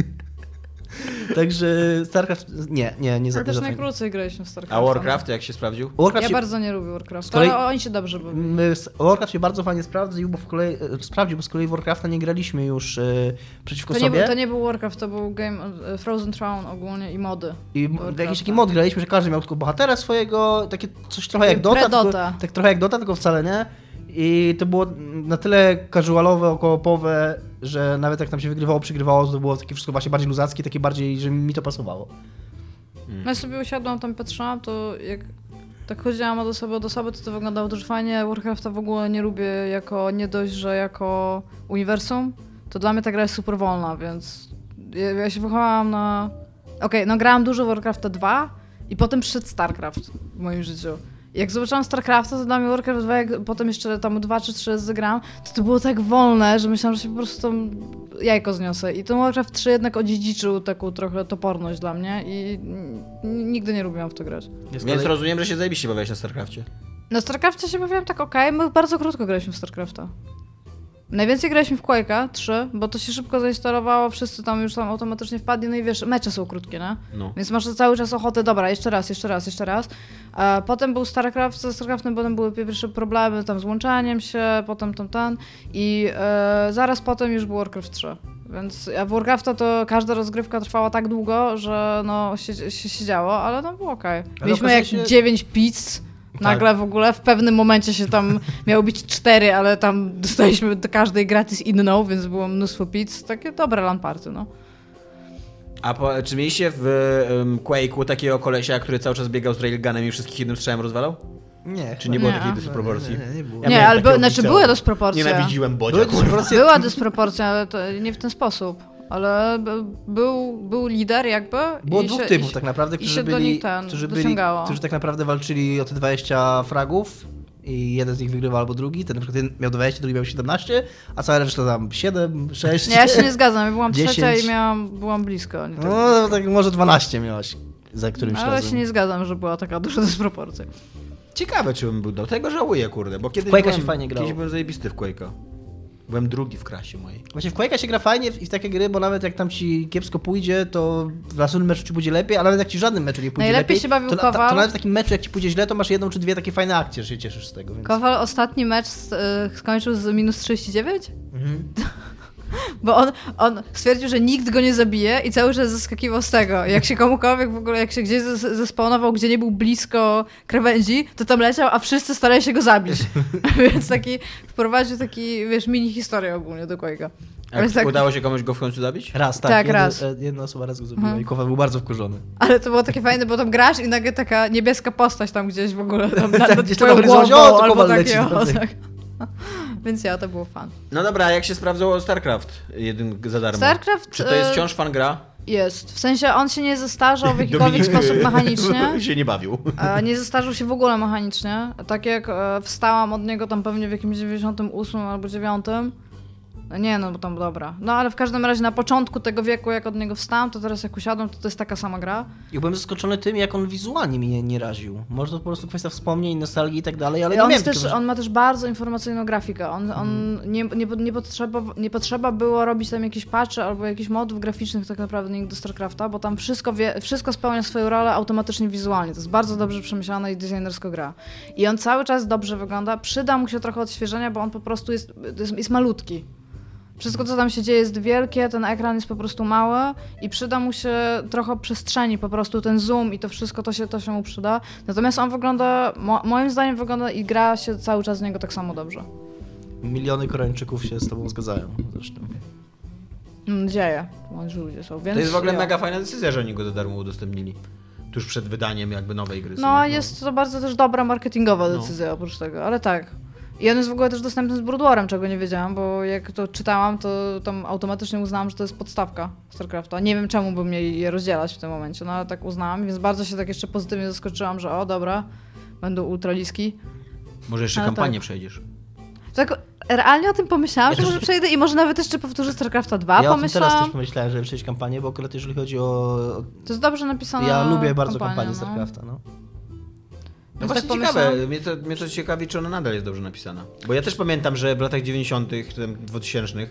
Także StarCraft... Nie, nie, nie za Ale też najkrócej graliśmy w StarCraft. A Warcraft jak się sprawdził? Warcraft ja się... bardzo nie lubię Warcraft, kolei... ale oni się dobrze bawią. Warcraft się bardzo fajnie sprawdził, bo w kolei... sprawdził, bo z kolei Warcrafta nie graliśmy już e, przeciwko to nie sobie. Był, to nie był Warcraft, to był game Frozen Throne ogólnie i mody. I w jakiś taki mod graliśmy, że każdy miał tylko bohatera swojego, takie coś trochę jak Dota, tylko, tak trochę jak Dota, tylko wcale nie. I to było na tyle casualowe, okołopowe, że nawet jak tam się wygrywało, przegrywało, to było takie wszystko właśnie bardziej luzackie, takie bardziej, że mi to pasowało. Hmm. No ja sobie usiadłam tam, patrzyłam, to jak tak chodziłam od osoby do osoby, to to wyglądało też fajnie. Warcrafta w ogóle nie lubię jako, nie dość, że jako uniwersum, to dla mnie ta gra jest super wolna, więc ja, ja się wychowałam na... Okej, okay, no grałam dużo w Warcrafta dwa i potem przyszedł StarCraft w moim życiu. Jak zobaczyłam StarCrafta, to dla mnie Warcraft dwa, jak potem jeszcze tam dwa czy trzy razy zagrałam, to to było tak wolne, że myślałam, że się po prostu tam jajko zniosę. I ten Warcraft trzy jednak odziedziczył taką trochę toporność dla mnie i nigdy nie lubiłam w to grać. Jest Więc kolej... rozumiem, że się zajebiście bawiłeś na StarCrafcie. Na StarCrafcie się bawiłam tak okej, okay. My bardzo krótko graliśmy w StarCrafta. Najwięcej graliśmy w Quake'a trzy, bo to się szybko zainstalowało, wszyscy tam już tam automatycznie wpadli, no i wiesz, mecze są krótkie, nie? No. Więc masz cały czas ochotę, dobra, jeszcze raz, jeszcze raz, jeszcze raz. A potem był StarCraft, ze StarCraftem potem były pierwsze problemy tam z łączaniem się, potem tam ten i e, zaraz potem już był Warcraft trzy. Więc a w Warcrafta to każda rozgrywka trwała tak długo, że no się, się siedziało, ale no było okej. Okay. Mieliśmy jak się... dziewięć pizz. Nagle tak. W ogóle w pewnym momencie się tam miało być cztery, ale tam dostaliśmy do każdej gratis inną, więc było mnóstwo pizz. Takie dobre LAN party, no. A po, czy mieliście w um, Quake'u takiego kolesia, który cały czas biegał z railgunem i wszystkich jednym strzałem rozwalał? Nie. Czy nie było nie. takiej dysproporcji? Nie, nie, nie, było. Ja nie ale by, znaczy była dysproporcja. Nienawidziłem Bodzia. Była dysproporcja, ale to nie w ten sposób. Ale był, był lider jakby. Było i dwóch się, typów i, tak naprawdę, którzy byli, ten, którzy, byli którzy tak naprawdę walczyli o te dwadzieścia fragów i jeden z nich wygrywał albo drugi. Ten na przykład jeden miał dwadzieścia, drugi miał siedemnaście, a cała reszta tam siedem, sześć. Nie, ja się nie zgadzam, ja byłam dziesięć. Trzecia i miałam, byłam blisko. Nie tak no tak może dwanaście miałaś za którymś ale razem. Ale się nie zgadzam, że była taka duża dysproporcja. Ciekawe, czy bym był do tego żałuję, kurde, bo kiedyś Quake'a byłem, się fajnie grało. Kiedyś byłem zajebisty w Quake'a. Byłem drugi w klasie mojej. Właśnie w Quake'a się gra fajnie i w takie gry, bo nawet jak tam ci kiepsko pójdzie, to w następnym meczu ci pójdzie lepiej, ale nawet jak ci w żadnym meczu nie pójdzie Najlepiej lepiej, się bawił to, Kowal. To, to nawet w takim meczu, jak ci pójdzie źle, to masz jedną czy dwie takie fajne akcje, że się cieszysz z tego. Więc... Kowal ostatni mecz y, skończył z minus trzydzieści dziewięć? Mhm. Bo on, on stwierdził, że nikt go nie zabije i cały czas zaskakiwał z tego. Jak się komukolwiek w ogóle, jak się gdzieś zespawnował, gdzie nie był blisko krawędzi, to tam leciał, a wszyscy starali się go zabić. Więc taki wprowadził taki, wiesz, mini historię ogólnie do Quake'a. A tak... udało się komuś go w końcu zabić? Raz, tak. Tak, jedna, raz. Jedna osoba raz go zabiła hmm. i Kowal był bardzo wkurzony. Ale to było takie fajne, bo tam grasz i nagle taka niebieska postać tam gdzieś w ogóle tam nad tak, twoją głową, o, albo takie o, tak. Więc ja, to było fan. No dobra, a jak się sprawdzało StarCraft? Jeden za darmo. StarCraft... Czy to jest wciąż fan gra? Jest. W sensie on się nie zestarzał w jakikolwiek sposób mechanicznie. się nie bawił. Nie zestarzał się w ogóle mechanicznie. Tak jak wstałam od niego tam pewnie w jakimś dziewięćdziesiątym ósmym albo dziewiątym. No nie, no bo tam dobra. No ale w każdym razie na początku tego wieku, jak od niego wstałem, to teraz jak usiadłem, to to jest taka sama gra. I byłem zaskoczony tym, jak on wizualnie mnie nie raził. Może to po prostu kwestia wspomnień, nostalgii i tak dalej, ale I nie on, miałem jest też, takiego, on ma też bardzo informacyjną grafikę. On, on nie, nie, nie, potrzeba, nie potrzeba było robić tam jakieś patche albo jakichś modów graficznych tak naprawdę nigdy do StarCrafta, bo tam wszystko, wie, wszystko spełnia swoją rolę automatycznie wizualnie. To jest bardzo dobrze przemyślane i designersko gra. I on cały czas dobrze wygląda. Przyda mu się trochę odświeżenia, bo on po prostu jest, jest, jest malutki. Wszystko, co tam się dzieje, jest wielkie, ten ekran jest po prostu mały i przyda mu się trochę przestrzeni, po prostu ten zoom i to wszystko, to się, to się mu przyda. Natomiast on wygląda, mo- moim zdaniem wygląda i gra się cały czas z niego tak samo dobrze. miliony Koreańczyków się z tobą zgadzają zresztą. Mam nadzieję, mądrzy ludzie są, więc... To jest w ogóle ja. mega fajna decyzja, że oni go za darmo udostępnili. Tuż przed wydaniem jakby nowej gry. No, sobie, jest to bardzo też dobra marketingowa No. decyzja oprócz tego, ale tak. I on jest w ogóle też dostępny z Brood Warem, czego nie wiedziałam, bo jak to czytałam, to tam automatycznie uznałam, że to jest podstawka StarCrafta. Nie wiem, czemu bym je, je rozdzielać w tym momencie, no ale tak uznałam, więc bardzo się tak jeszcze pozytywnie zaskoczyłam, że o, dobra, będą ultraliski. Może jeszcze Ale kampanię tak. przejdziesz. Tak, realnie o tym pomyślałam, Ja że też- może przejdę i może nawet jeszcze powtórzę StarCrafta dwa, Ja o tym pomyślałam. teraz też pomyślałem, żeby przejść kampanię, bo akurat jeżeli chodzi o... To jest dobrze napisane. Ja lubię bardzo kampania, kampanię no. StarCrafta, no. No Więc właśnie tak ciekawe, pomyślałam. mnie to, mnie to ciekawi, czy ona nadal jest dobrze napisana. Bo ja też pamiętam, że w latach dziewięćdziesiątych, czy tam dwutysięcznych,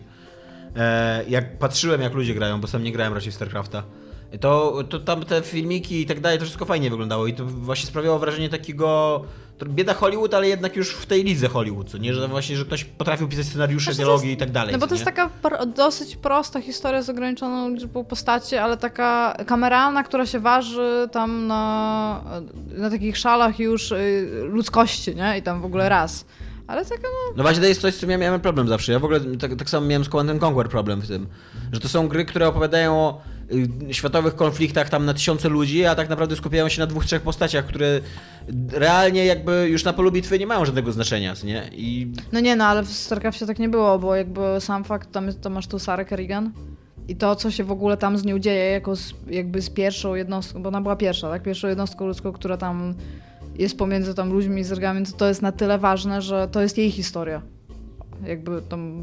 e, jak patrzyłem, jak ludzie grają, bo sam nie grałem raczej w StarCrafta, to, to tam te filmiki i tak dalej, to wszystko fajnie wyglądało i to właśnie sprawiało wrażenie takiego to bieda Hollywood, ale jednak już w tej lidze Hollywood, co nie? Że właśnie, że ktoś potrafił pisać scenariusze, Znaczy, to dialogi jest- i tak dalej. No bo co to jest nie? taka pro, dosyć prosta historia z ograniczoną liczbą postaci, ale taka kameralna, która się waży tam na, na takich szalach już y, ludzkości, nie? I tam w ogóle raz. Ale taka no... No właśnie to jest coś, z czym ja miałem problem zawsze. Ja w ogóle tak, tak samo miałem z Command and Conquer problem w tym, że to są gry, które opowiadają o y, światowych konfliktach tam na tysiące ludzi, a tak naprawdę skupiają się na dwóch, trzech postaciach, które realnie jakby już na polu bitwy nie mają żadnego znaczenia, co nie? I No nie, no ale w StarCraftie tak nie było, bo jakby sam fakt, tam, tam masz tu Sarę Kerrigan i to, co się w ogóle tam z nią dzieje, jako z, jakby z pierwszą jednostką, bo ona była pierwsza, tak? Pierwszą jednostką ludzką, która tam jest pomiędzy tam ludźmi i zergami, to to jest na tyle ważne, że to jest jej historia. Jakby tam...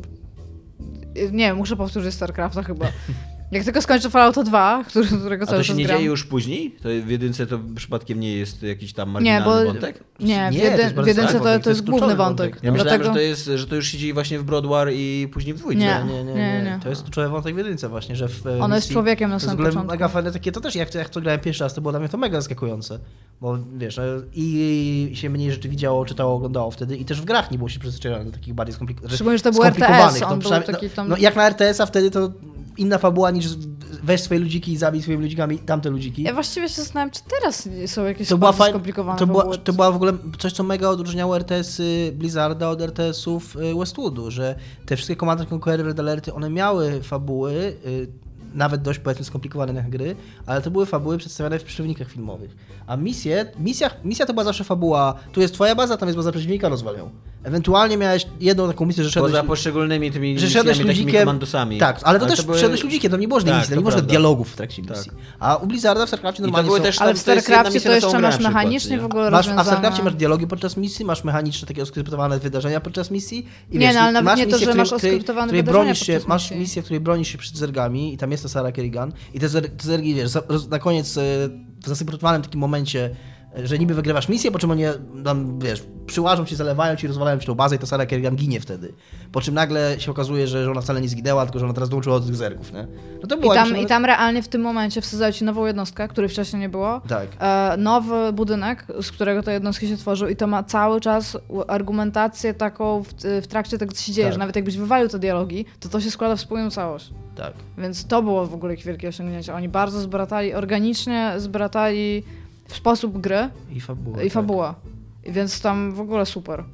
Nie wiem, muszę powtórzyć StarCrafta chyba. Jak tylko skończę Fallouta dwa, który, którego a cały to się czas nie gram. dzieje już później? To w jedynce to przypadkiem nie jest jakiś tam Nie, marginalny bo... wątek? Nie, w, Nie, jedy... to jest w bardzo jedynce stary to, wątek, to jest główny kluczowy wątek. wątek. Ja myślałem, Dlatego... że, to jest, że to już się dzieje właśnie w Broad War i później w dwójce. Nie. Nie, nie, nie, nie, nie. nie. To jest kluczowy wątek w jedynce właśnie, że w e, Ona jest misji- człowiekiem na to jest w samym ogóle początku. mega fajne takie, to też jak, jak to grałem pierwszy raz, to było dla mnie to mega zaskakujące, bo wiesz, no, i się mniej rzeczy widziało, czytało, oglądało wtedy i też w grach nie było się przyzwyczajone do takich bardziej skomplikowanych. Szczególnie, że to był R T S, on był taki tam... No, no jak na R T S-a wtedy to inna fabuła niż weź swoje ludziki i zabij swoimi ludzikami tamte ludziki. Ja właściwie się zastanawiam, czy teraz są jakieś To była, bardziej faj... skomplikowane to, była, fabuły. to była w ogóle coś, co mega odróżniało R T S-y Blizzarda od R T S-ów Westwoodu, że te wszystkie Command and Conquer, Red Alerty, one miały fabuły, y, nawet dość powiedzmy skomplikowane na gry, ale to były fabuły przedstawiane w przeciwnikach filmowych. A misje, misja, misja to była zawsze fabuła, tu jest twoja baza, tam jest baza przeciwnika, rozwal ją. Ewentualnie miałeś jedną taką misję, że szedłeś... Poza poszczególnymi tymi że misjami, szedłeś takimi ludzikiem, komandosami. tak, ale to też były- szedłeś ludzikiem, tam nie było żadnej Tak, misji, tam to nie można prawda. dialogów w trakcie Tak. misji. A u Blizzarda w StarCraftie I to normalnie były są... też Ale tam- w to jest jedna StarCraftie misja to na całą jeszcze grę masz na przykład, mechanicznie nie? w ogóle Masz, a w rozwiązane. StarCraftie masz dialogi podczas misji, masz mechaniczne takie oskryptowane wydarzenia podczas misji. I Nie, wiesz, no, ale i nawet masz nie to, misję, że w masz której- której- oskryptowane której wydarzenia bronisz się, podczas masz misji. misję, w której bronisz się przed zergami i tam jest ta Sarah Kerrigan i te, zer, te zergi, wiesz, za, roz- na koniec e, w zasymptowanym takim momencie, e, że niby wygrywasz misję, po czym oni tam, wiesz, przyłażą ci, zalewają ci, rozwalają ci tą bazę i ta Sarah Kerrigan ginie wtedy. Po czym nagle się okazuje, że, że ona wcale nie zginęła, tylko że ona teraz dołączyła do tych zergów, nie? No to I była tam, już I tam realnie w tym momencie wsadzają ci nową jednostkę, której wcześniej nie było. Tak. E, nowy budynek, z którego te jednostki się tworzą i to ma cały czas u- argumentację taką w, w trakcie tego, co się dzieje, Tak. że nawet jakbyś wywalił te dialogi, to to się składa w spójną całość. Tak. Więc to było w ogóle ich wielkie osiągnięcie. Oni bardzo zbratali, organicznie zbratali w sposób gry I fabuła. i fabuła. I więc tam w ogóle super.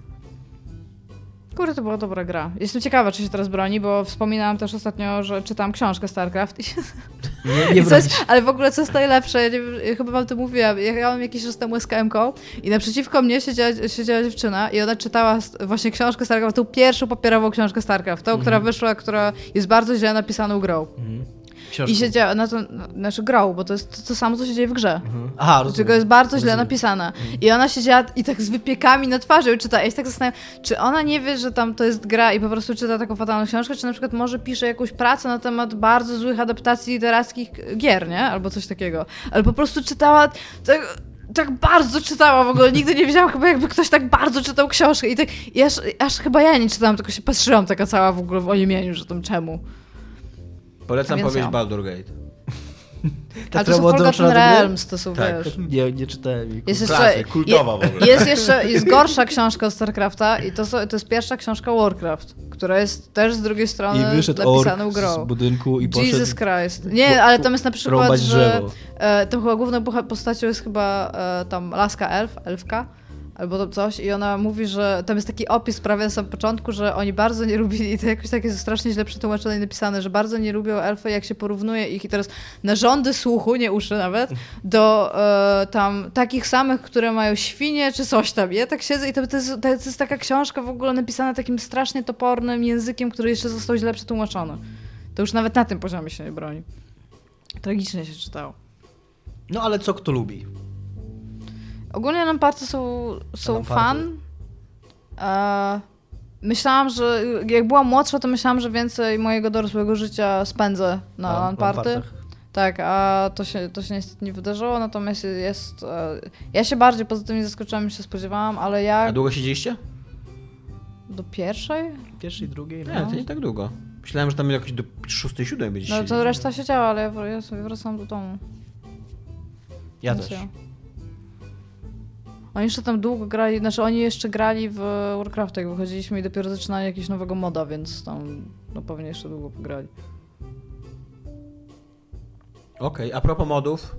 Kurde, to była dobra gra. Jestem ciekawa, czy się teraz broni, bo wspominałam też ostatnio, że czytałam książkę StarCraft i się... Nie, nie I co jest, bronić. ale w ogóle co jest najlepsze, ja nie wiem, ja chyba wam to mówiłam, ja grałam jakiś czas temu z K M K i naprzeciwko mnie siedziała, siedziała dziewczyna i ona czytała s- właśnie książkę StarCraft, tą pierwszą papierową książkę StarCraft, tą, która wyszła, która jest bardzo źle napisaną grą. Mhm. Książką. I się dzieje, no to, no, znaczy grał, bo to jest to, to samo, co się dzieje w grze. Mhm. Aha, rozumiem. Tylko jest bardzo źle Rozumiem. napisane. Mhm. I ona siedziała i tak z wypiekami na twarzy i czyta. Ja się tak zastanawiam, czy ona nie wie, że tam to jest gra i po prostu czyta taką fatalną książkę, czy na przykład może pisze jakąś pracę na temat bardzo złych adaptacji literackich gier, nie? Albo coś takiego. Ale po prostu czytała tak, tak bardzo czytała w ogóle. Nigdy nie wiedziałam chyba, jakby ktoś tak bardzo czytał książkę. I, tak, i aż, aż chyba ja nie czytałam, tylko się patrzyłam taka cała w ogóle w oniemieniu, że tam czemu. Polecam Więc powiedzieć ja. Baldur Gate. Ta, Ale to są która była Forgotten dołączona do gry? Realms, to są, Tak. wiesz... Nie, nie czytałem. jej. Jest jeszcze, Klasyk, kultowa w ogóle. Jest jeszcze jest gorsza książka od StarCrafta i to, są, to jest pierwsza książka Warcraft, która jest też z drugiej strony I wyszedł napisaną ork grą. z budynku i poszedł Jesus Christ. Nie, ale tam jest na przykład, rąbać że drzewo. e, tam chyba główną boha- postacią jest chyba e, tam laska elf, elfka, albo tam coś i ona mówi, że tam jest taki opis prawie na samym początku, że oni bardzo nie lubili, i to jakoś takie strasznie źle przetłumaczone i napisane, że bardzo nie lubią elfy, jak się porównuje ich i teraz narządy słuchu, nie uszy nawet, do e, tam takich samych, które mają świnie czy coś tam. Ja tak siedzę i to, to, jest, to jest taka książka w ogóle napisana takim strasznie topornym językiem, który jeszcze został źle przetłumaczony. To już nawet na tym poziomie się nie broni. Tragicznie się czytało. No ale co kto lubi? Ogólnie Lamparty są, są Lamparty. fan. E, myślałam, że jak byłam młodsza, to myślałam, że więcej mojego dorosłego życia spędzę na A, Lamparty. Lampartach? Tak, a to się, to się niestety nie wydarzyło, natomiast jest... E, ja się bardziej pozytywnie zaskoczyłam niż się spodziewałam, ale A ja długo siedzieliście? do pierwszej? Pierwszej, drugiej? Nie, No. to nie tak długo. Myślałem, że tam jakoś do szóstej, siódmej będziecie No siedzieć. to reszta siedziała, ale ja, ja sobie wracam do domu. Ja Więc też. ja. Oni jeszcze tam długo grali, znaczy oni jeszcze grali w Warcrafta, jak wychodziliśmy i dopiero zaczynali jakiegoś nowego moda, więc tam no pewnie jeszcze długo pograli. Okej, a propos modów.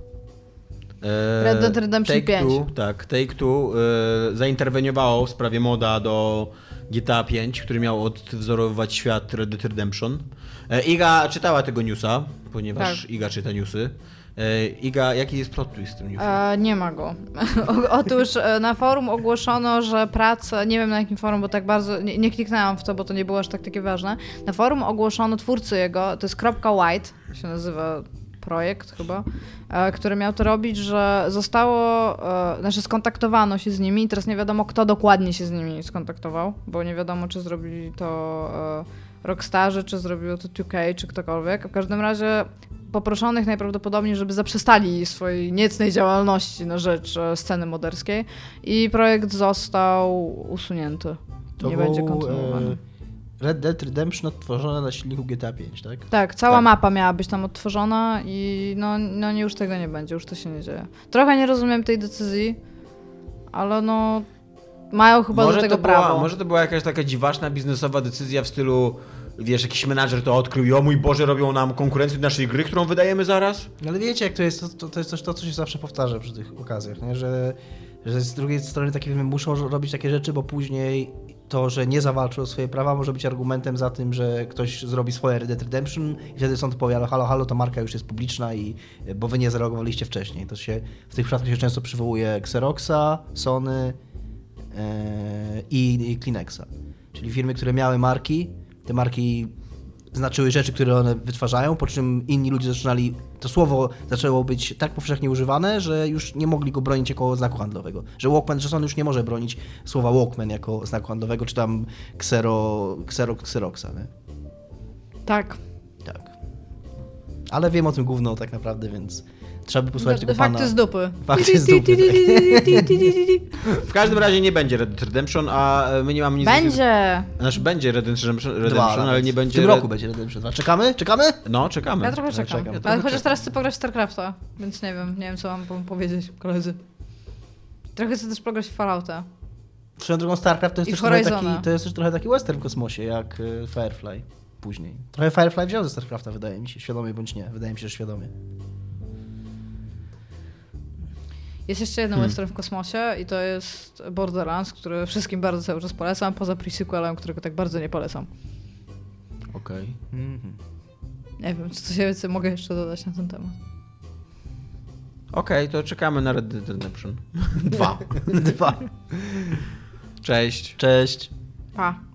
e, Red Dead Redemption Take pięć. Two, tak, Take-Two e, zainterweniowało w sprawie moda do G T A pięć, który miał odwzorowywać świat Red Dead Redemption. E, Iga czytała tego newsa, ponieważ Tak. Iga czyta newsy. E, Iga, jaki jest plot twist w tym newsie? E, nie ma go. O, otóż e, na forum ogłoszono, że pracę, nie wiem na jakim forum, bo tak bardzo, nie, nie kliknęłam w to, bo to nie było aż tak takie ważne. Na forum ogłoszono twórcy jego, to jest .white, się nazywa projekt chyba, e, który miał to robić, że zostało, e, znaczy skontaktowano się z nimi i teraz nie wiadomo, kto dokładnie się z nimi skontaktował, bo nie wiadomo, czy zrobili to e, Rockstarzy, czy zrobiło to two K, czy ktokolwiek. W każdym razie poproszonych najprawdopodobniej, żeby zaprzestali swojej niecnej działalności na rzecz e, sceny moderskiej i projekt został usunięty. To nie był, będzie kontynuowany. e, Red Dead Redemption odtworzone na silniku G T A pięć, tak? Tak, cała Tak. mapa miała być tam odtworzona i no, no nie, już tego nie będzie, już to się nie dzieje. Trochę nie rozumiem tej decyzji, ale no mają chyba może do tego to prawo. była, może to była jakaś taka dziwaczna biznesowa decyzja w stylu, wiesz, jakiś menadżer to odkrył, o mój Boże, robią nam konkurencję do naszej gry, którą wydajemy zaraz? Ale wiecie, jak to jest, to, to, to jest coś, to, co się zawsze powtarza przy tych okazjach, nie? Że, że z drugiej strony takie firmy muszą robić takie rzeczy, bo później to, że nie zawalczył o swoje prawa, może być argumentem za tym, że ktoś zrobi swoje Red Dead Redemption i wtedy sąd powie, ale halo, halo, to marka już jest publiczna i bo wy nie zareagowaliście wcześniej. To się w tych przypadkach się często przywołuje Xeroxa, Sony e, i, i Kleenexa. Czyli firmy, które miały marki, te marki znaczyły rzeczy, które one wytwarzają, po czym inni ludzie zaczynali, to słowo zaczęło być tak powszechnie używane, że już nie mogli go bronić jako znaku handlowego. Że Walkman, że Sony już nie może bronić słowa Walkman jako znaku handlowego, czy tam Xero, Xero, Xeroxa, nie? Tak. Tak. Ale wiem o tym gówno tak naprawdę, więc trzeba by posłuchać tego pana. Fakty z dupy. Fakty z dupy. W każdym razie nie będzie Red Dead Redemption, a my nie mamy nic... Będzie! Znaczy będzie Red Dead Redemption, Dwa, Redemption ale nawet. nie W będzie... tym Red- roku będzie Redemption dwa. Czekamy? Czekamy? No, czekamy. Ja trochę czekam. czekam. Ja Ale trochę chociaż czekam. teraz chcę pograć w StarCrafta, więc nie wiem, nie wiem co mam po- powiedzieć, koledzy. Trochę chcę też pograć w Fallouta. Swoją drugą StarCraft to jest, I też trochę Horizona. taki, to jest też trochę taki western w kosmosie, jak y, Firefly później. Trochę Firefly wziął ze StarCrafta, wydaje mi się, świadomie bądź nie. Wydaje mi się, że świadomie. Jest jeszcze jeden Hmm. western w kosmosie i to jest Borderlands, który wszystkim bardzo cały czas polecam, poza pre-sequelem, którego tak bardzo nie polecam. Okej. Mhm. Nie wiem, co się więcej mogę jeszcze dodać na ten temat. Okej, to czekamy na Red Dead Redemption. Dwa. Dwa. Cześć. Cześć. Pa.